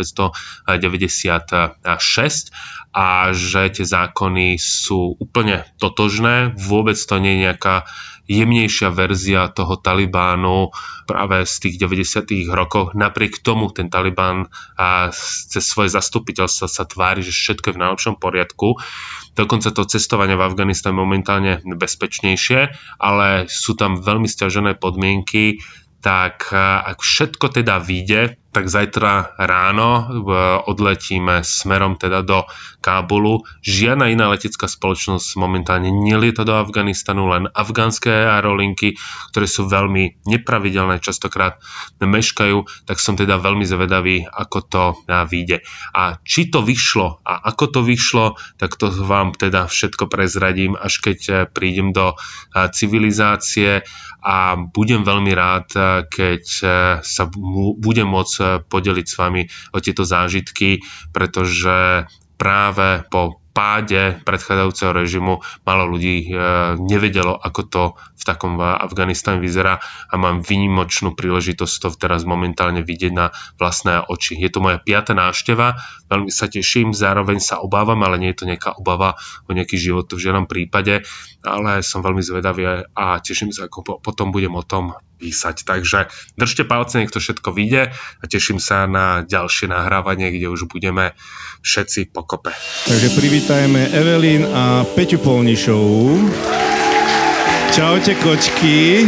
Speaker 1: 1996 a že tie zákony sú úplne totožné. Vôbec to nie je nejaká jemnejšia verzia toho Talibánu práve z tých 90. rokov. Napriek tomu ten Taliban cez svoje zastupiteľstvo sa tvári, že všetko je v najlepšom poriadku. Dokonca to cestovanie v Afganistane je momentálne bezpečnejšie, ale sú tam veľmi sťažené podmienky, tak ak všetko teda vyjde, tak zajtra ráno odletíme smerom teda do Kábulu. Žiadna iná letecká spoločnosť momentálne nelieta do Afganistanu, len afgánske aerolinky, ktoré sú veľmi nepravidelné, častokrát meškajú, tak som teda veľmi zvedavý, ako to vyjde. A či to vyšlo a ako to vyšlo, tak to vám teda všetko prezradím, až keď prídem do civilizácie a budem veľmi rád, keď sa budem môcť podeliť s vami o tieto zážitky, pretože práve po páde predchádzajúceho režimu málo ľudí nevedelo, ako to v takom Afganistane vyzerá a mám výnimočnú príležitosť to teraz momentálne vidieť na vlastné oči. Je to moja 5. návšteva, veľmi sa teším, zároveň sa obávam, ale nie je to nejaká obava o nejaký život v žiadnom prípade, ale som veľmi zvedavý a teším sa, ako potom budem o tom písať. Takže držte palce, nech to všetko vyjde a teším sa na ďalšie nahrávanie, kde už budeme všetci pokope.
Speaker 6: Takže privítajme Evelyn a Peťu Polnišovú. Čaute, kočky.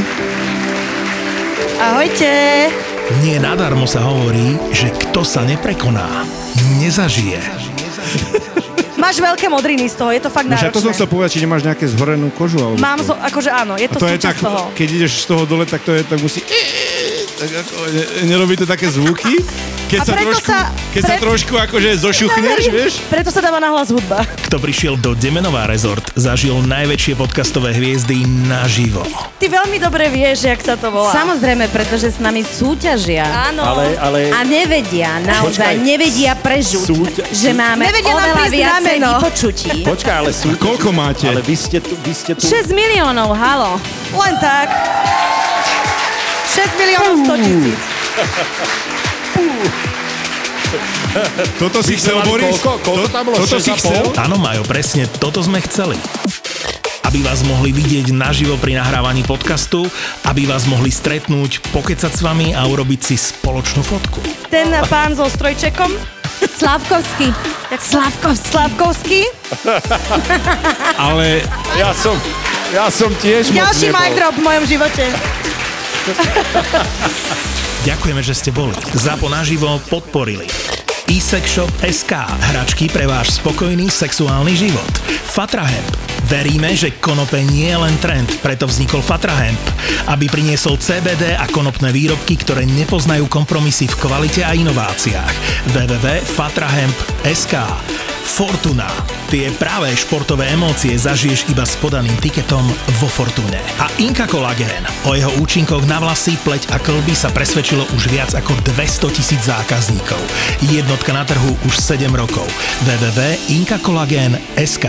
Speaker 7: Ahojte.
Speaker 5: Nie nadarmo sa hovorí, že kto sa neprekoná, nezažije.
Speaker 7: Máš veľké modriny z toho, je to fakt náročné.
Speaker 6: To som chcel povedať, či nemáš nejaké zhorenú kožu? Alebo
Speaker 7: mám, akože áno, je to súčasť toho.
Speaker 6: Keď ideš z toho dole, tak to je, tak musí... Tak ako, nerobí to také zvuky? Keď sa trošku akože zošuchneš, vieš?
Speaker 7: Preto sa dáva nahlas hudba.
Speaker 5: Kto prišiel do Demenová rezort, zažil najväčšie podcastové hviezdy naživo.
Speaker 7: Ty veľmi dobre vieš, jak sa to volá.
Speaker 8: Samozrejme, pretože s nami súťažia.
Speaker 7: Áno.
Speaker 6: Ale...
Speaker 8: A nevedia, naozaj nevedia prežuť, že máme oveľa viacej vypočutí.
Speaker 6: Počkaj, ale koľko máte? Ale vy ste tu...
Speaker 8: 6 miliónov, halo.
Speaker 7: Len tak. 6 miliónov 100 000.
Speaker 6: Toto si chcel, Boris? Toto si chcel?
Speaker 5: Áno, Majo, presne toto sme chceli. Aby vás mohli vidieť naživo pri nahrávaní podcastu, aby vás mohli stretnúť, pokecať s vami a urobiť si spoločnú fotku.
Speaker 7: Ten pán so strojčekom?
Speaker 8: Slavkovský.
Speaker 7: Slavkovský?
Speaker 6: Ale ja som tiež
Speaker 7: ďalší mic drop v mojom živote.
Speaker 5: Ďakujeme, že ste boli. ZAPO naživo podporili eSexShop.sk, hračky pre váš spokojný sexuálny život. Fatra Hemp. Veríme, že konope nie je len trend, preto vznikol Fatra Hemp, aby priniesol CBD a konopné výrobky, ktoré nepoznajú kompromisy v kvalite a inováciách. www.fatrahemp.sk. Fortuna. Tie práve športové emócie zažiješ iba s podaným tiketom vo Fortune. A Inka Kolagén. O jeho účinkoch na vlasy, pleť a kĺby sa presvedčilo už viac ako 200,000 zákazníkov. Jednotka na trhu už 7 rokov. www.inkakolagén.sk.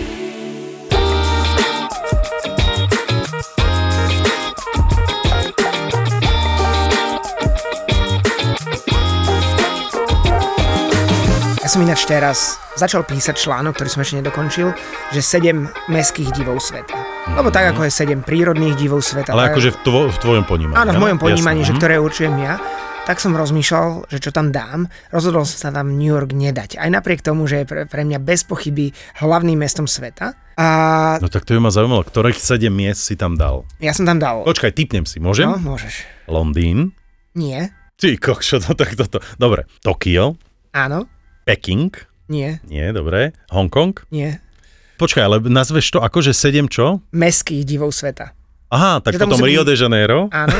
Speaker 4: Ja som ináč teraz začal písať článok, ktorý som ešte nedokončil, že 7 mestských divov sveta. Lebo tak, ako je 7 prírodných divov sveta.
Speaker 3: Ale akože v tvojom ponímaní.
Speaker 4: Áno, v mojom ponímaní, že ktoré určujem ja. Tak som rozmýšľal, že čo tam dám. Rozhodol som sa tam New York nedať. Aj napriek tomu, že je pre mňa bez pochyby hlavným mestom sveta.
Speaker 3: No tak to by ma zaujímalo, ktorých 7 miest si tam dal?
Speaker 4: Ja som tam dal...
Speaker 3: Počkaj, tipnem si, môžem?
Speaker 4: No, môžeš.
Speaker 3: Londýn?
Speaker 4: Nie.
Speaker 3: Ty kokšo, tak toto. Dobre, Tokio?
Speaker 4: Áno.
Speaker 3: Peking?
Speaker 4: Nie.
Speaker 3: Nie, dobre. Hongkong?
Speaker 4: Nie.
Speaker 3: Počkaj, ale nazveš to akože 7 čo?
Speaker 4: Mestských divov sveta.
Speaker 3: Aha, tak potom Rio de Janeiro?
Speaker 4: Áno.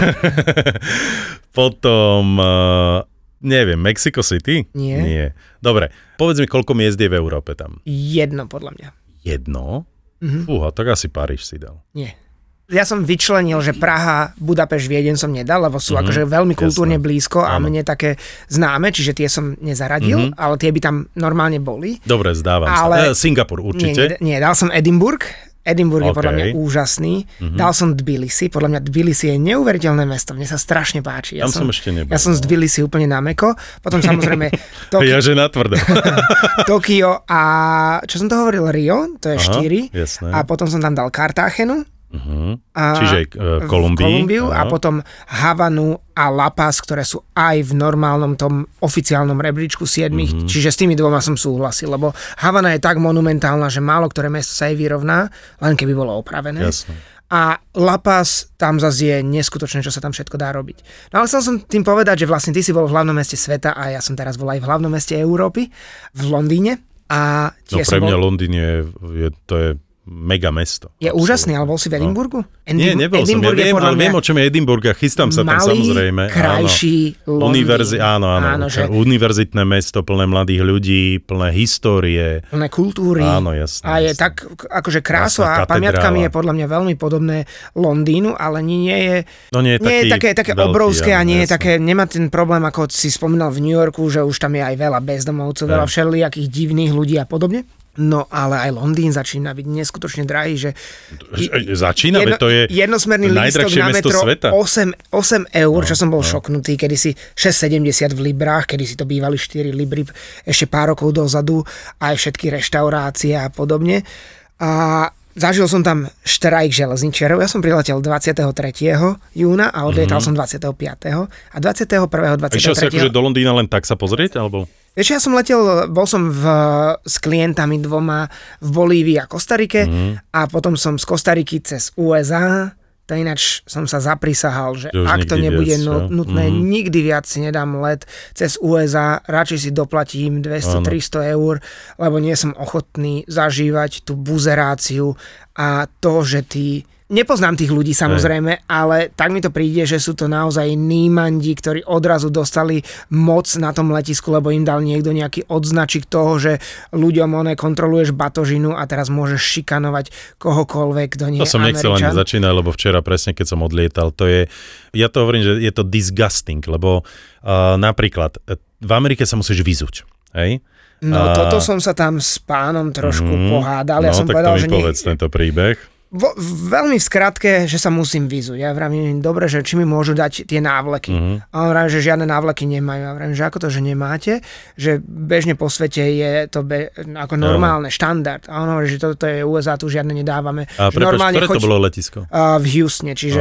Speaker 3: Potom, neviem, Mexico City?
Speaker 4: Nie.
Speaker 3: Dobre, povedz mi, koľko miest je v Európe tam?
Speaker 4: 1 podľa mňa.
Speaker 3: 1? Fúha, tak asi Paríž si dal.
Speaker 4: Nie. Ja som vyčlenil, že Praha, Budapešť, Viedeň som nedal, lebo sú akože veľmi kultúrne blízko a mne také známe, čiže tie som nezaradil, ale tie by tam normálne boli.
Speaker 3: Dobre, zdávam sa. Singapur určite.
Speaker 4: Nie, dal som Edinburgh. Edinburgh je podľa mňa úžasný. Dal som Tbilisi. Podľa mňa Tbilisi je neuveriteľné mesto. Mne sa strašne páči.
Speaker 3: Tam som ešte nebol.
Speaker 4: Ja som z Tbilisi úplne na mäko. Potom samozrejme
Speaker 3: Ja že na tvrdo.
Speaker 4: Tokio a čo som to hovoril? Rio, to je 4.
Speaker 3: Jasné.
Speaker 4: A potom som tam dal Kartáchenu.
Speaker 3: Čiže
Speaker 4: Kolumbiu a potom Havanu a La Paz, ktoré sú aj v normálnom tom oficiálnom rebríčku 7. Čiže s tými dvoma som súhlasil, lebo Havana je tak monumentálna, že málo ktoré mesto sa jej vyrovná, len keby bolo opravené.
Speaker 3: Jasne.
Speaker 4: A La Paz, tam zase je neskutočné, čo sa tam všetko dá robiť. No ale chcel som tým povedať, že vlastne ty si bol v hlavnom meste sveta a ja som teraz bol aj v hlavnom meste Európy, v Londýne. A
Speaker 3: pre mňa Londýn to je mega mesto.
Speaker 4: Je úžasný, ale bol si v Edinburgu?
Speaker 3: Nie, nebol som. Ja viem, ale viem, o čom je Edinburgh a chystám sa tam samozrejme.
Speaker 4: Krajší Londýn.
Speaker 3: Áno, že univerzitné mesto, plné mladých ľudí, plné histórie.
Speaker 4: Plné kultúry.
Speaker 3: Áno, jasné.
Speaker 4: A je tak, akože krásou a pamiatkami je podľa mňa veľmi podobné Londýnu, ale nie je, nie je také veľký, obrovské a nie je také, nemá ten problém, ako si spomínal v New Yorku, že už tam je aj veľa bezdomovcov, veľa všelijakých divných ľudí a podobne. No ale aj Londýn začína byť neskutočne drahý, že...
Speaker 3: Začína? To je
Speaker 4: jednosmerný lístok na metro
Speaker 3: sveta.
Speaker 4: 8 eur, čo som bol šoknutý, kedysi 6,70 v librách, kedysi to bývali 4 libry ešte pár rokov dozadu, aj všetky reštaurácie a podobne. A zažil som tam štrajk železničiarov. Ja som priletel 23. júna a odlietal som 25. A 21. 23.
Speaker 3: Išiel si akože do Londýna len tak sa pozrieť, alebo...
Speaker 4: Vieš, ja som letel, bol som s klientami 2 v Bolívii a Kostarike a potom som z Kostariky cez USA, to ináč som sa zaprisahal, že ak to nebude nutné, nikdy viac si nedám let cez USA, radšej si doplatím 200-300 eur, lebo nie som ochotný zažívať tú buzeráciu a to, že nepoznám tých ľudí samozrejme, ale tak mi to príde, že sú to naozaj nímandi, ktorí odrazu dostali moc na tom letisku, lebo im dal niekto nejaký odznačik toho, že ľuďom kontroluješ batožinu a teraz môžeš šikanovať kohokoľvek, kto nie je Američan.
Speaker 3: To som nechcel ani začínať, lebo včera presne, keď som odlietal, ja to hovorím, že je to disgusting, lebo napríklad v Amerike sa musíš vyzuť, hej?
Speaker 4: No toto som sa tam s pánom trošku pohádal. Ja som povedal, že
Speaker 3: povedz tento príbeh.
Speaker 4: Veľmi v skratke, že sa musím vyzuť. Ja vravím, dobre, že či mi môžu dať tie návleky. A on vravím, že žiadne návleky nemajú. Ja vravím, že ako to, že nemáte? Že bežne po svete je to ako normálne, štandard. A on hovorí, že toto je USA, tu žiadne nedávame.
Speaker 3: A prepáč, ktoré to bolo letisko?
Speaker 4: V Houstone, čiže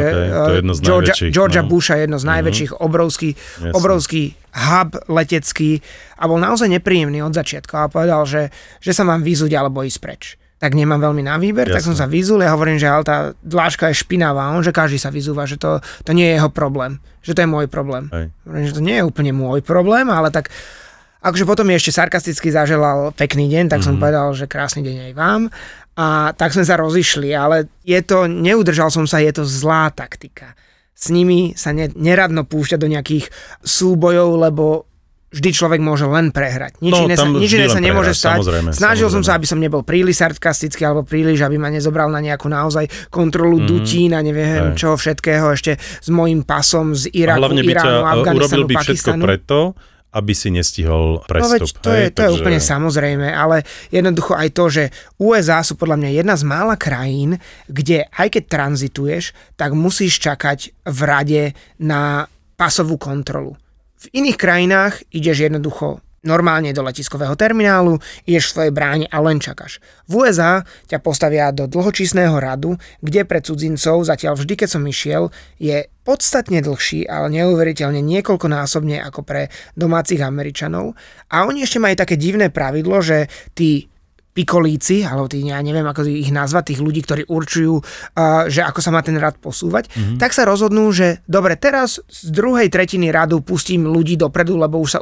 Speaker 4: Georgia Busha, jedno z najväčších, obrovský hub letecký a bol naozaj nepríjemný od začiatku a povedal, že sa mám vyzuť alebo ísť preč. Tak nemám veľmi na výber, tak som sa vyzul, ja hovorím, že ale tá dláška je špinavá, on, že každý sa vyzúva, že to nie je jeho problém, že to je môj problém. Hovorím, že to nie je úplne môj problém, ale tak akože potom mi ešte sarkasticky zaželal pekný deň, tak som povedal, že krásny deň aj vám a tak sme sa rozišli, ale neudržal som sa, je to zlá taktika. S nimi sa neradno púšťať do nejakých súbojov, lebo vždy človek môže len prehrať. Nič iné sa nemôže stať. Snažil som sa, aby som nebol príliš sarkastický alebo príliš, aby ma nezobral na nejakú naozaj kontrolu dutín a neviem čo všetkého ešte s mojím pasom z Iraku, Iránu, Afganistanu,
Speaker 3: urobil by všetko preto, aby si nestihol prestup.
Speaker 4: To je úplne samozrejme, ale jednoducho aj to, že USA sú podľa mňa jedna z mála krajín, kde aj keď tranzituješ, tak musíš čakať v rade na pasovú kontrolu. V iných krajinách ideš jednoducho normálne do letiskového terminálu, ideš v svojej bráne a len čakáš. V USA ťa postavia do dlhočísneho radu, kde pre cudzincov, zatiaľ vždy, keď som išiel, je podstatne dlhší, ale neuveriteľne niekoľkonásobne ako pre domácich Američanov. A oni ešte majú také divné pravidlo, že tí pikolíci, alebo tí, ja neviem, ako ich nazvať, tých ľudí, ktorí určujú, že ako sa má ten rad posúvať, tak sa rozhodnú, že dobre, teraz z druhej tretiny radu pustím ľudí dopredu, lebo už sa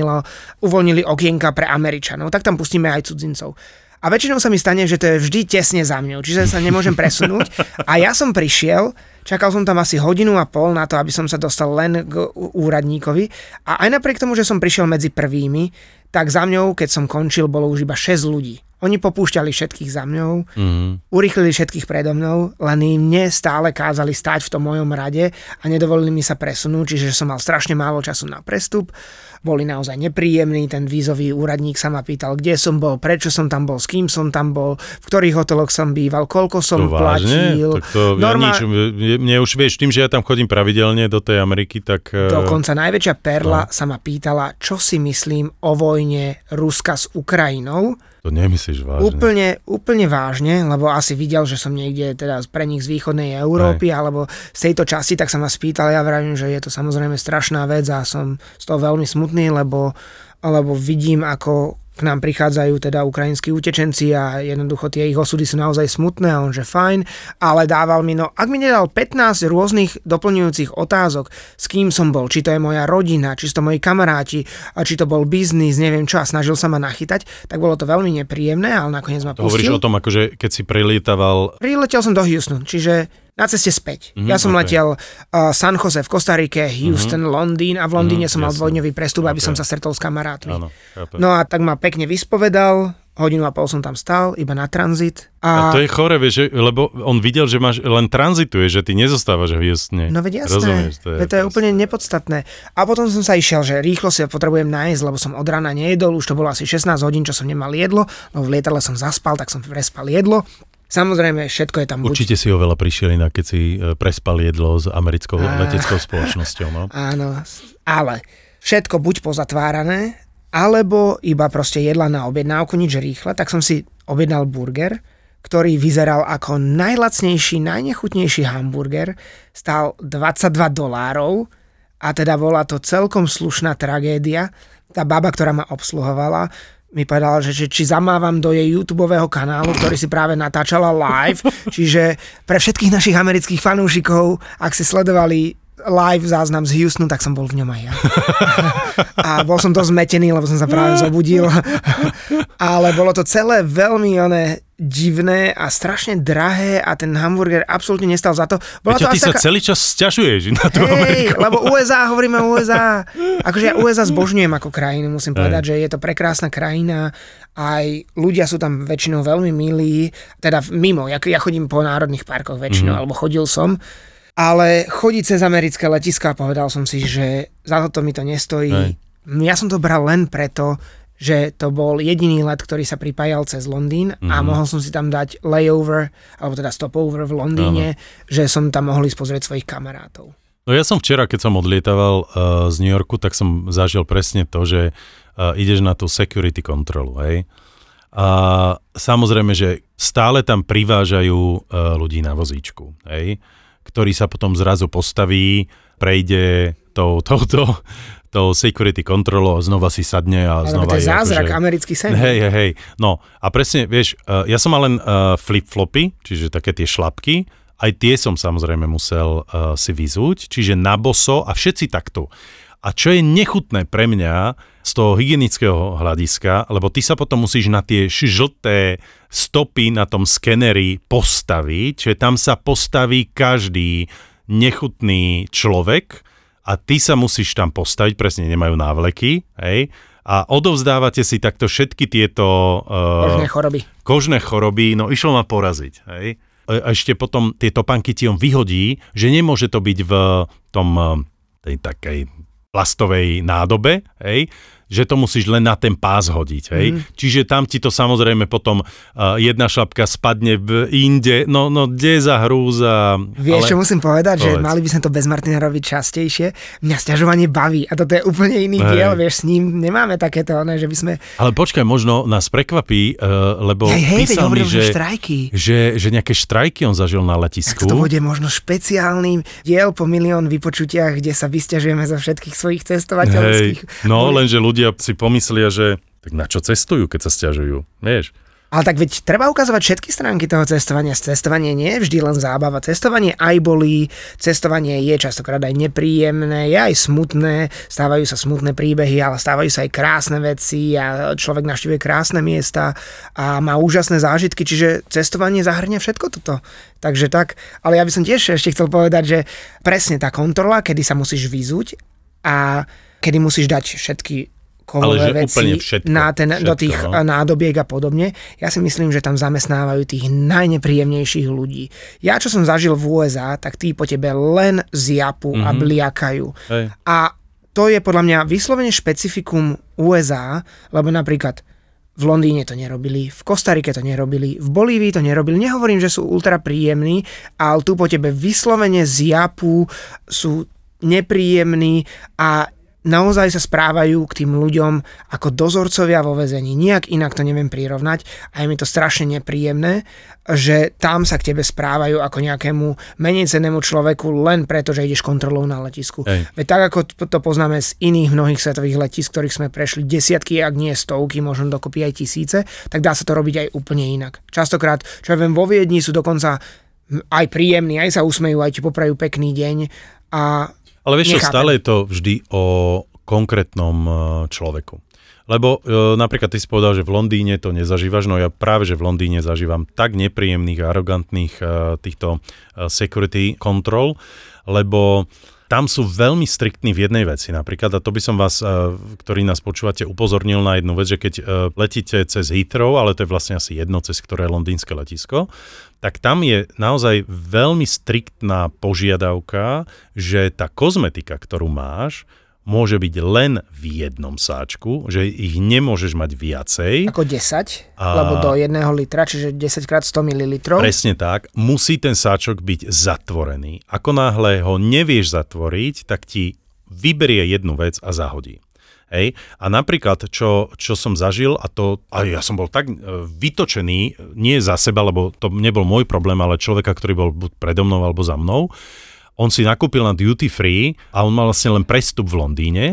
Speaker 4: uvoľnili okienka pre Američanov, tak tam pustíme aj cudzincov. A väčšinou sa mi stane, že to je vždy tesne za mňou, čiže sa nemôžem presunúť. A ja som prišiel, čakal som tam asi 1.5 hodiny na to, aby som sa dostal len k úradníkovi. A aj napriek tomu, že som prišiel medzi prvými, tak za mňou, keď som končil, bolo už iba 6 ľudí. Oni popúšťali všetkých za mňou, urýchlili všetkých predo mnou, len mne stále kázali stáť v tom mojom rade a nedovolili mi sa presunúť, čiže som mal strašne málo času na prestup. Boli naozaj nepríjemní, ten vízový úradník sa ma pýtal, kde som bol, prečo som tam bol, s kým som tam bol, v ktorých hoteloch som býval, koľko som platil.
Speaker 3: Tak to mne už vieš, tým, že ja tam chodím pravidelne do tej Ameriky, tak...
Speaker 4: Dokonca najväčšia perla sa ma pýtala, čo si myslím o vojne Ruska s Ukrajinou.
Speaker 3: To nemyslíš vážne?
Speaker 4: Úplne vážne, lebo asi videl, že som niekde teda pre nich z východnej Európy alebo z tejto časti, tak sa ma spýtal, ja vravím, že je to samozrejme strašná vec a som z toho veľmi smutný, lebo vidím, ako k nám prichádzajú teda ukrajinskí utečenci a jednoducho tie ich osudy sú naozaj smutné a on že fajn, ale dával mi, ak mi nedal 15 rôznych doplňujúcich otázok, s kým som bol, či to je moja rodina, či to moji kamaráti, či to bol biznis, neviem čo, a snažil sa ma nachytať, tak bolo to veľmi nepríjemné, ale nakoniec ma pustil.
Speaker 3: Hovoríš o tom, akože keď si
Speaker 4: Priletel som do Houstonu, čiže na ceste späť. Ja som letel San Jose v Kostarike, Houston, Londýn a v Londýne som mal dvojdňový prestup, aby som sa stretol s kamarátmi.
Speaker 3: Áno,
Speaker 4: no a tak ma pekne vyspovedal, 1.5 hodiny som tam stál, iba na tranzit.
Speaker 3: A to je chore, vieš, lebo on videl, že máš len tranzituješ, že ty nezostávaš v Houstone.
Speaker 4: No veď jasné,
Speaker 3: rozumieš,
Speaker 4: to je úplne nepodstatné. A potom som sa išiel, že rýchlo si potrebujem nájsť, lebo som od rána nejedol, už to bolo asi 16 hodín, čo som nemal jedlo, lebo v lietadle som zaspal, tak som prespal jedlo. Samozrejme, všetko je tam
Speaker 3: Určite si oveľa prišiel inak, keď si prespal jedlo s americkou leteckou spoločnosťou. No?
Speaker 4: Áno, ale všetko buď pozatvárané, alebo iba proste jedla na objednávku, nič rýchle, tak som si objednal burger, ktorý vyzeral ako najlacnejší, najnechutnejší hamburger, stál $22 a teda bola to celkom slušná tragédia. Tá baba, ktorá ma obsluhovala, mi povedala, že či zamávam do jej YouTubeového kanálu, ktorý si práve natáčala live, čiže pre všetkých našich amerických fanúšikov, ak si sledovali live záznam z Houstonu, tak som bol v ňom aj ja. A bol som to zmetený, lebo som sa práve zobudil. Ale bolo to celé veľmi divné a strašne drahé a ten hamburger absolútne nestal za to.
Speaker 3: Ty sa celý čas sťažuješ na tú Ameriku.
Speaker 4: Lebo hovoríme o USA. Akože ja USA zbožňujem ako krajinu, musím povedať, že je to prekrásna krajina. Aj ľudia sú tam väčšinou veľmi milí. Teda mimo, ja chodím po národných parkoch väčšinou, alebo chodil som. Ale chodiť cez americké letiská, povedal som si, že za toto mi to nestojí. Ja som to bral len preto, že to bol jediný let, ktorý sa pripájal cez Londýn a mohol som si tam dať layover, alebo teda stopover v Londýne, že som tam mohol ísť pozrieť svojich kamarátov.
Speaker 3: No ja som včera, keď som odlietaval z New Yorku, tak som zažil presne to, že ideš na tú security kontrolu, hej. A samozrejme, že stále tam privážajú ľudí na vozíčku, hej, ktorý sa potom zrazu postaví, prejde tou security kontrolou, znova si sadne a znova
Speaker 4: je zázrak, akože americký sen.
Speaker 3: Hej. No a presne, vieš, ja som mal len flip-flopy, čiže také tie šlapky, aj tie som samozrejme musel si vyzúť, čiže na boso a všetci takto. A čo je nechutné pre mňa z toho hygienického hľadiska, lebo ty sa potom musíš na tie žlté stopy na tom skeneri postaviť, čiže tam sa postaví každý nechutný človek a ty sa musíš tam postaviť, presne nemajú návleky, hej, a odovzdávate si takto všetky tieto kožné choroby, no išlo ma poraziť, hej. A ešte potom tie topánky ti on vyhodí, že nemôže to byť v tom tej takej plastovej nádobe, hej, že to musíš len na ten pás hodiť, hej. Čiže tam ti to samozrejme potom jedna šlapka spadne inde, no kde za hrúza.
Speaker 4: Vieš, čo musím povedať, že mali by sme to bez Martina robiť častejšie. Mňa sťažovanie baví a toto je úplne iný diel, vieš, s ním nemáme takéto, že by sme...
Speaker 3: Ale počkaj, možno nás prekvapí, lebo písal mi, že nejaké štrajky on zažil na letisku.
Speaker 4: Tak to bude možno špeciálny diel po 1 000 000 vypočutiach, kde sa vysťažujeme za všetkých svojich cestovateľských.
Speaker 3: No, lenže ľudia si pomyslia, že tak na čo cestujú, keď sa sťažujú, vieš?
Speaker 4: Ale tak veď treba ukazovať všetky stránky toho cestovania. Cestovanie nie je vždy len zábava. Cestovanie aj bolí, cestovanie je častokrát aj nepríjemné, je aj smutné, stávajú sa smutné príbehy, ale stávajú sa aj krásne veci a človek navštívuje krásne miesta a má úžasné zážitky, čiže cestovanie zahrňa všetko toto. Takže tak, ale ja by som tiež ešte chcel povedať, že presne tá kontrola, kedy sa musíš vyzuť a kedy musíš dať všetky kovové veci do tých nádobiek a podobne. Ja si myslím, že tam zamestnávajú tých najnepríjemnejších ľudí. Ja, čo som zažil v USA, tak tí po tebe len zjapu a bliakajú.
Speaker 3: Hej.
Speaker 4: A to je podľa mňa vyslovene špecifikum USA, lebo napríklad v Londýne to nerobili, v Kostarike to nerobili, v Bolívii to nerobili. Nehovorím, že sú ultra príjemní, ale tu po tebe vyslovene zjapu, sú nepríjemní a naozaj sa správajú k tým ľuďom ako dozorcovia vo väzení. Nijak inak to neviem prirovnať a je mi to strašne nepríjemné, že tam sa k tebe správajú ako nejakému menej cennému človeku len preto, že ideš kontrolou na letisku. Veď tak, ako to poznáme z iných mnohých svetových letisk, ktorých sme prešli desiatky, ak nie stovky, možno dokopy aj tisíce, tak dá sa to robiť aj úplne inak. Častokrát, čo ja viem, vo Viedni sú dokonca aj príjemní, aj sa usmejú, aj ti poprajú pekný deň a
Speaker 3: ale vieš čo, stále je to vždy o konkrétnom človeku. Lebo napríklad ty si povedal, že v Londýne to nezažívaš, no ja práve, že v Londýne zažívam tak nepríjemných a arogantných týchto security control, lebo tam sú veľmi striktní v jednej veci napríklad, a to by som vás, ktorí nás počúvate, upozornil na jednu vec, že keď letíte cez Heathrow, ale to je vlastne asi jedno, cez ktoré je londýnske letisko, tak tam je naozaj veľmi striktná požiadavka, že tá kozmetika, ktorú máš, môže byť len v jednom sáčku, že ich nemôžeš mať viacej.
Speaker 4: Ako 10, lebo do 1 litra, čiže 10 x 100 ml.
Speaker 3: Presne tak. Musí ten sáčok byť zatvorený. Ako náhle ho nevieš zatvoriť, tak ti vyberie jednu vec a zahodí. Hej. A napríklad, čo som zažil, a ja som bol tak vytočený, nie za seba, lebo to nebol môj problém, ale človeka, ktorý bol buď predo mnou alebo za mnou. On si nakúpil na duty free a on mal vlastne len prestup v Londýne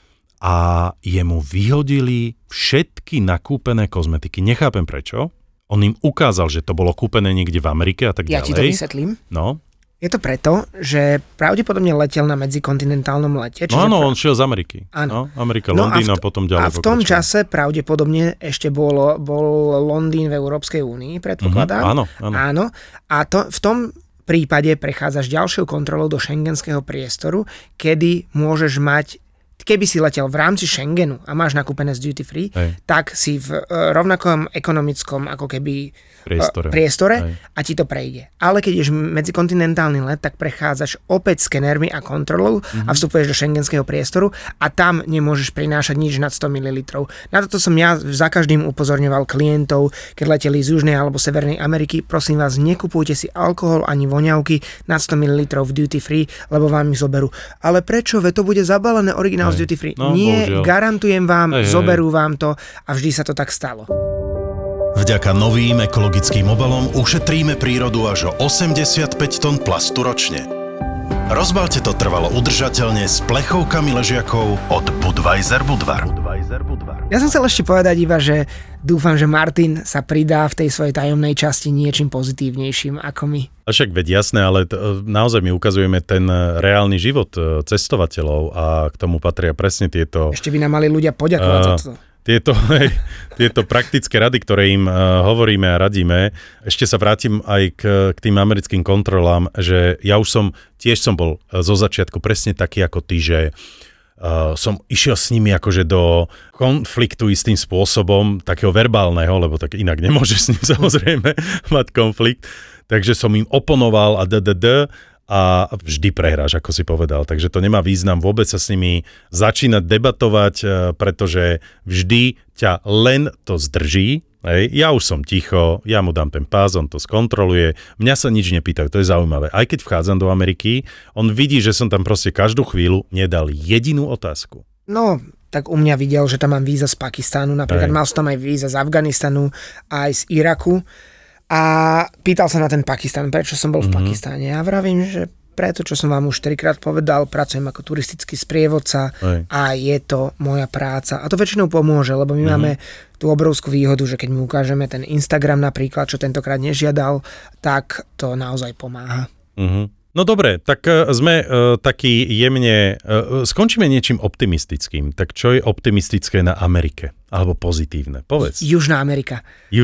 Speaker 3: a jemu vyhodili všetky nakúpené kozmetiky. Nechápem prečo. On im ukázal, že to bolo kúpené niekde v Amerike a tak ďalej.
Speaker 4: Ja ti to vysvetlím.
Speaker 3: No.
Speaker 4: Je to preto, že pravdepodobne letel na medzikontinentálnom lete.
Speaker 3: No áno, on šiel z Ameriky. Áno. No, Amerika, Londýn a potom ďalej.
Speaker 4: A v tom čase pravdepodobne ešte bol Londýn v Európskej únii, predpokladám. Áno. A v tom prípade prechádzaš ďalšou kontrolou do šengenského priestoru, kedy môžeš mať, keby si letel v rámci Schengenu a máš nakúpené z duty free, tak si v rovnakom ekonomickom ako keby priestore a ti to prejde. Ale keď ješ medzikontinentálny let, tak prechádzaš opäť skenermi a kontrolou a vstupuješ do šengenského priestoru a tam nemôžeš prinášať nič nad 100 ml. Na toto som ja za každým upozorňoval klientov, keď leteli z Južnej alebo Severnej Ameriky, prosím vás, nekupujte si alkohol ani voňavky nad 100 ml v duty free, lebo vám ich zoberú. Ale prečo? Veď to bude zabalené originál z duty free.
Speaker 3: No,
Speaker 4: nie,
Speaker 3: bohužiaľ.
Speaker 4: Garantujem vám, zoberú vám to a vždy sa to tak stalo.
Speaker 2: Vďaka novým ekologickým obalom ušetríme prírodu až o 85 tón plastu ročne. Rozbalte to trvalo udržateľne s plechovkami ležiakov od Budweiser Budvar.
Speaker 4: Ja som chcel ešte povedať iba, že dúfam, že Martin sa pridá v tej svojej tajomnej časti niečím pozitívnejším ako my.
Speaker 3: A však veď jasné, ale naozaj my ukazujeme ten reálny život cestovateľov a k tomu patria presne tieto...
Speaker 4: Ešte by nám mali ľudia poďakovať za to.
Speaker 3: tieto praktické rady, ktoré im hovoríme a radíme. Ešte sa vrátim aj k tým americkým kontrolám, že ja tiež som bol zo začiatku presne taký ako ty, že som išiel s nimi akože do konfliktu istým spôsobom, takého verbálneho, lebo tak inak nemôžeš s ním samozrejme mať konflikt. Takže som im oponoval a vždy prehráš, ako si povedal. Takže to nemá význam vôbec sa s nimi začínať debatovať, pretože vždy ťa len to zdrží. Hej. Ja už som ticho, ja mu dám ten pás, on to skontroluje, mňa sa nič nepýtajú, to je zaujímavé. Aj keď vchádzam do Ameriky, on vidí, že som tam proste každú chvíľu nedal jedinú otázku.
Speaker 4: No, tak u mňa videl, že tam mám víza z Pakistánu, napríklad mal som tam aj víza z Afganistanu, aj z Iraku a pýtal sa na ten Pakistan, prečo som bol v Pakistáne. Ja vravím, že preto, čo som vám už 4-krát povedal, pracujem ako turistický sprievodca a je to moja práca. A to väčšinou pomôže, lebo my máme tú obrovskú výhodu, že keď mu ukážeme ten Instagram napríklad, čo tentokrát nežiadal, tak to naozaj pomáha.
Speaker 3: No dobre, tak sme taký jemne... Skončíme niečím optimistickým. Tak čo je optimistické na Amerike? Alebo pozitívne? Povedz.
Speaker 4: Južná Amerika.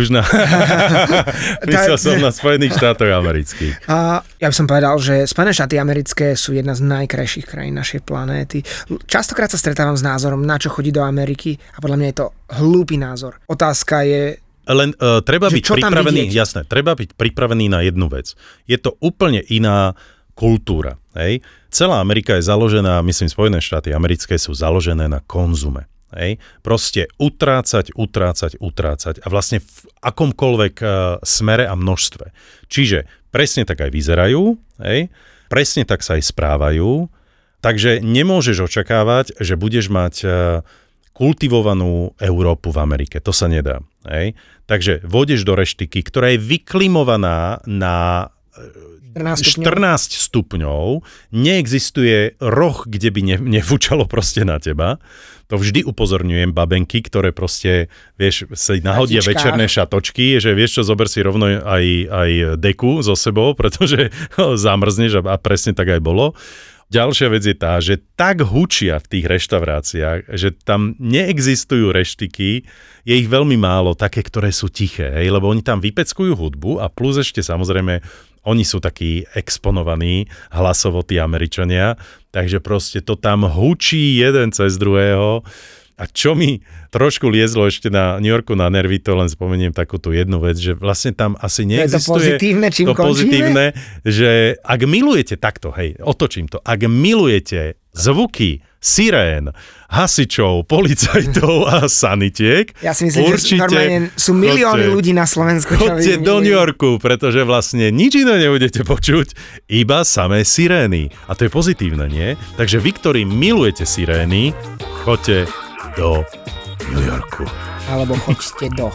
Speaker 3: Myslel som na Spojených štátoch amerických.
Speaker 4: Ja by som povedal, že Spojené štáty americké sú jedna z najkrajších krajín našej planéty. Častokrát sa stretávam s názorom, na čo chodí do Ameriky a podľa mňa je to hlúpy názor. Otázka je...
Speaker 3: Len treba byť pripravený, jasné, treba byť pripravený na jednu vec. Je to úplne iná kultúra. Hej? Celá Amerika je založená, myslím, Spojené štáty americké sú založené na konzume. Hej? Proste utrácať a vlastne v akomkoľvek smere a množstve. Čiže presne tak aj vyzerajú, hej? Presne tak sa aj správajú, takže nemôžeš očakávať, že budeš mať kultivovanú Európu v Amerike. To sa nedá. Hej? Takže vôjdeš do reštiky, ktorá je vyklimovaná na 14 stupňov, neexistuje roh, kde by nefúčalo proste na teba. To vždy upozorňujem babenky, ktoré proste, vieš, si nahodia večerné šatočky, že vieš čo, zober si rovno aj deku so sebou, pretože zamrzneš a presne tak aj bolo. Ďalšia vec je tá, že tak hučia v tých reštauráciách, že tam neexistujú reštiky, je ich veľmi málo, také, ktoré sú tiché, hej, lebo oni tam vypeckujú hudbu a plus ešte samozrejme, oni sú takí exponovaní hlasovo tí Američania, takže proste to tam hučí jeden cez druhého. A čo mi trošku liezlo ešte na New Yorku na nervy, to len spomeniem takúto jednu vec, že vlastne tam asi neexistuje
Speaker 4: to
Speaker 3: pozitívne, že ak milujete takto, hej, otočím to, ak milujete zvuky, sirén, hasičov, policajtov a sanitiek,
Speaker 4: ja si myslím, že normálne sú milióny ľudí na Slovensku.
Speaker 3: Choďte do New Yorku, pretože vlastne nič iné nebudete počuť, iba samé sirény. A to je pozitívne, nie? Takže vy, ktorí milujete sirény, choďte do New Yorku.
Speaker 4: Alebo choďte do.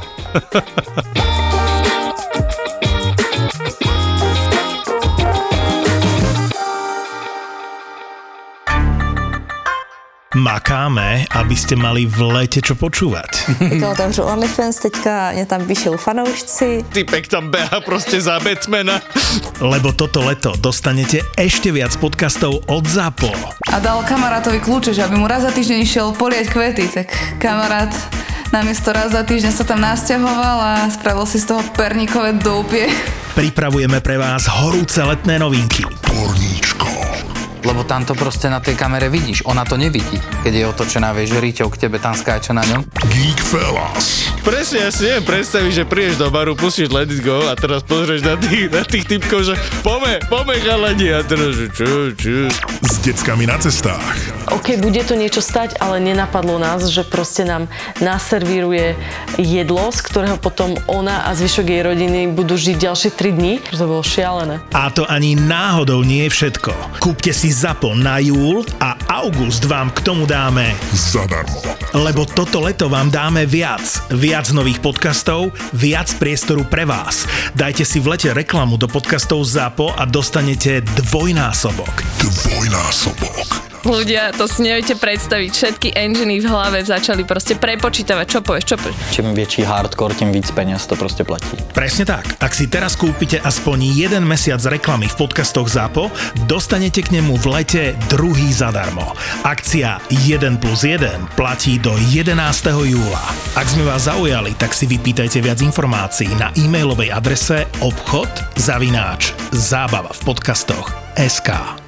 Speaker 5: Makáme, aby ste mali v lete čo počúvať.
Speaker 9: Teďka otevřu OnlyFans, teďka mě tam vyšli fanoušci.
Speaker 6: Typek tam beha proste za Batmana.
Speaker 5: Lebo toto leto dostanete ešte viac podcastov od ZAPO.
Speaker 10: A dal kamarátovi kľúče, že aby mu raz za týždeň išiel poliať kvety, tak kamarát namiesto raz za týždeň sa tam nasťahoval a spravil si z toho perníkové doupie.
Speaker 5: Pripravujeme pre vás horúce letné novinky.
Speaker 11: Porníčko. Lebo tam to proste na tej kamere vidíš, ona to nevidí. Keď je otočená, vieš, Ríťou k tebe tam skáče na ňom.
Speaker 6: Geek Fellas. Presne, ja si neviem predstaviť, že prídeš do baru, pustíš Let It Go a teraz pozrieš na tých typkov, že pome chalani a teraz, že čo.
Speaker 5: S deckami na cestách.
Speaker 12: OK, bude to niečo stať, ale nenapadlo nás, že proste nám naservíruje jedlo, z ktorého potom ona a zvyšok jej rodiny budú žiť ďalšie 3 dní. To bolo šialené.
Speaker 5: A to ani náhodou nie je všetko. Kúpte si ZAPO na júl a august vám k tomu dáme
Speaker 11: zadarmo.
Speaker 5: Lebo toto leto vám dáme viac nových podcastov, viac priestoru pre vás. Dajte si v lete reklamu do podcastov ZAPO a dostanete dvojnásobok.
Speaker 13: dvojnásobok.
Speaker 14: Ľudia, to si neviete predstaviť. Všetky enginy v hlave začali proste prepočítavať. Čo povieš?
Speaker 15: Čím väčší hardcore, tým víc peniaz to proste platí.
Speaker 5: Presne tak. Ak si teraz kúpite aspoň 1 mesiac reklamy v podcastoch ZAPO, dostanete k nemu v lete druhý zadarmo. Akcia 1+1 platí do 11. júla. Ak sme vás zaujali, tak si vypýtajte viac informácií na e-mailovej adrese obchod@zabavavpodcastoch.sk.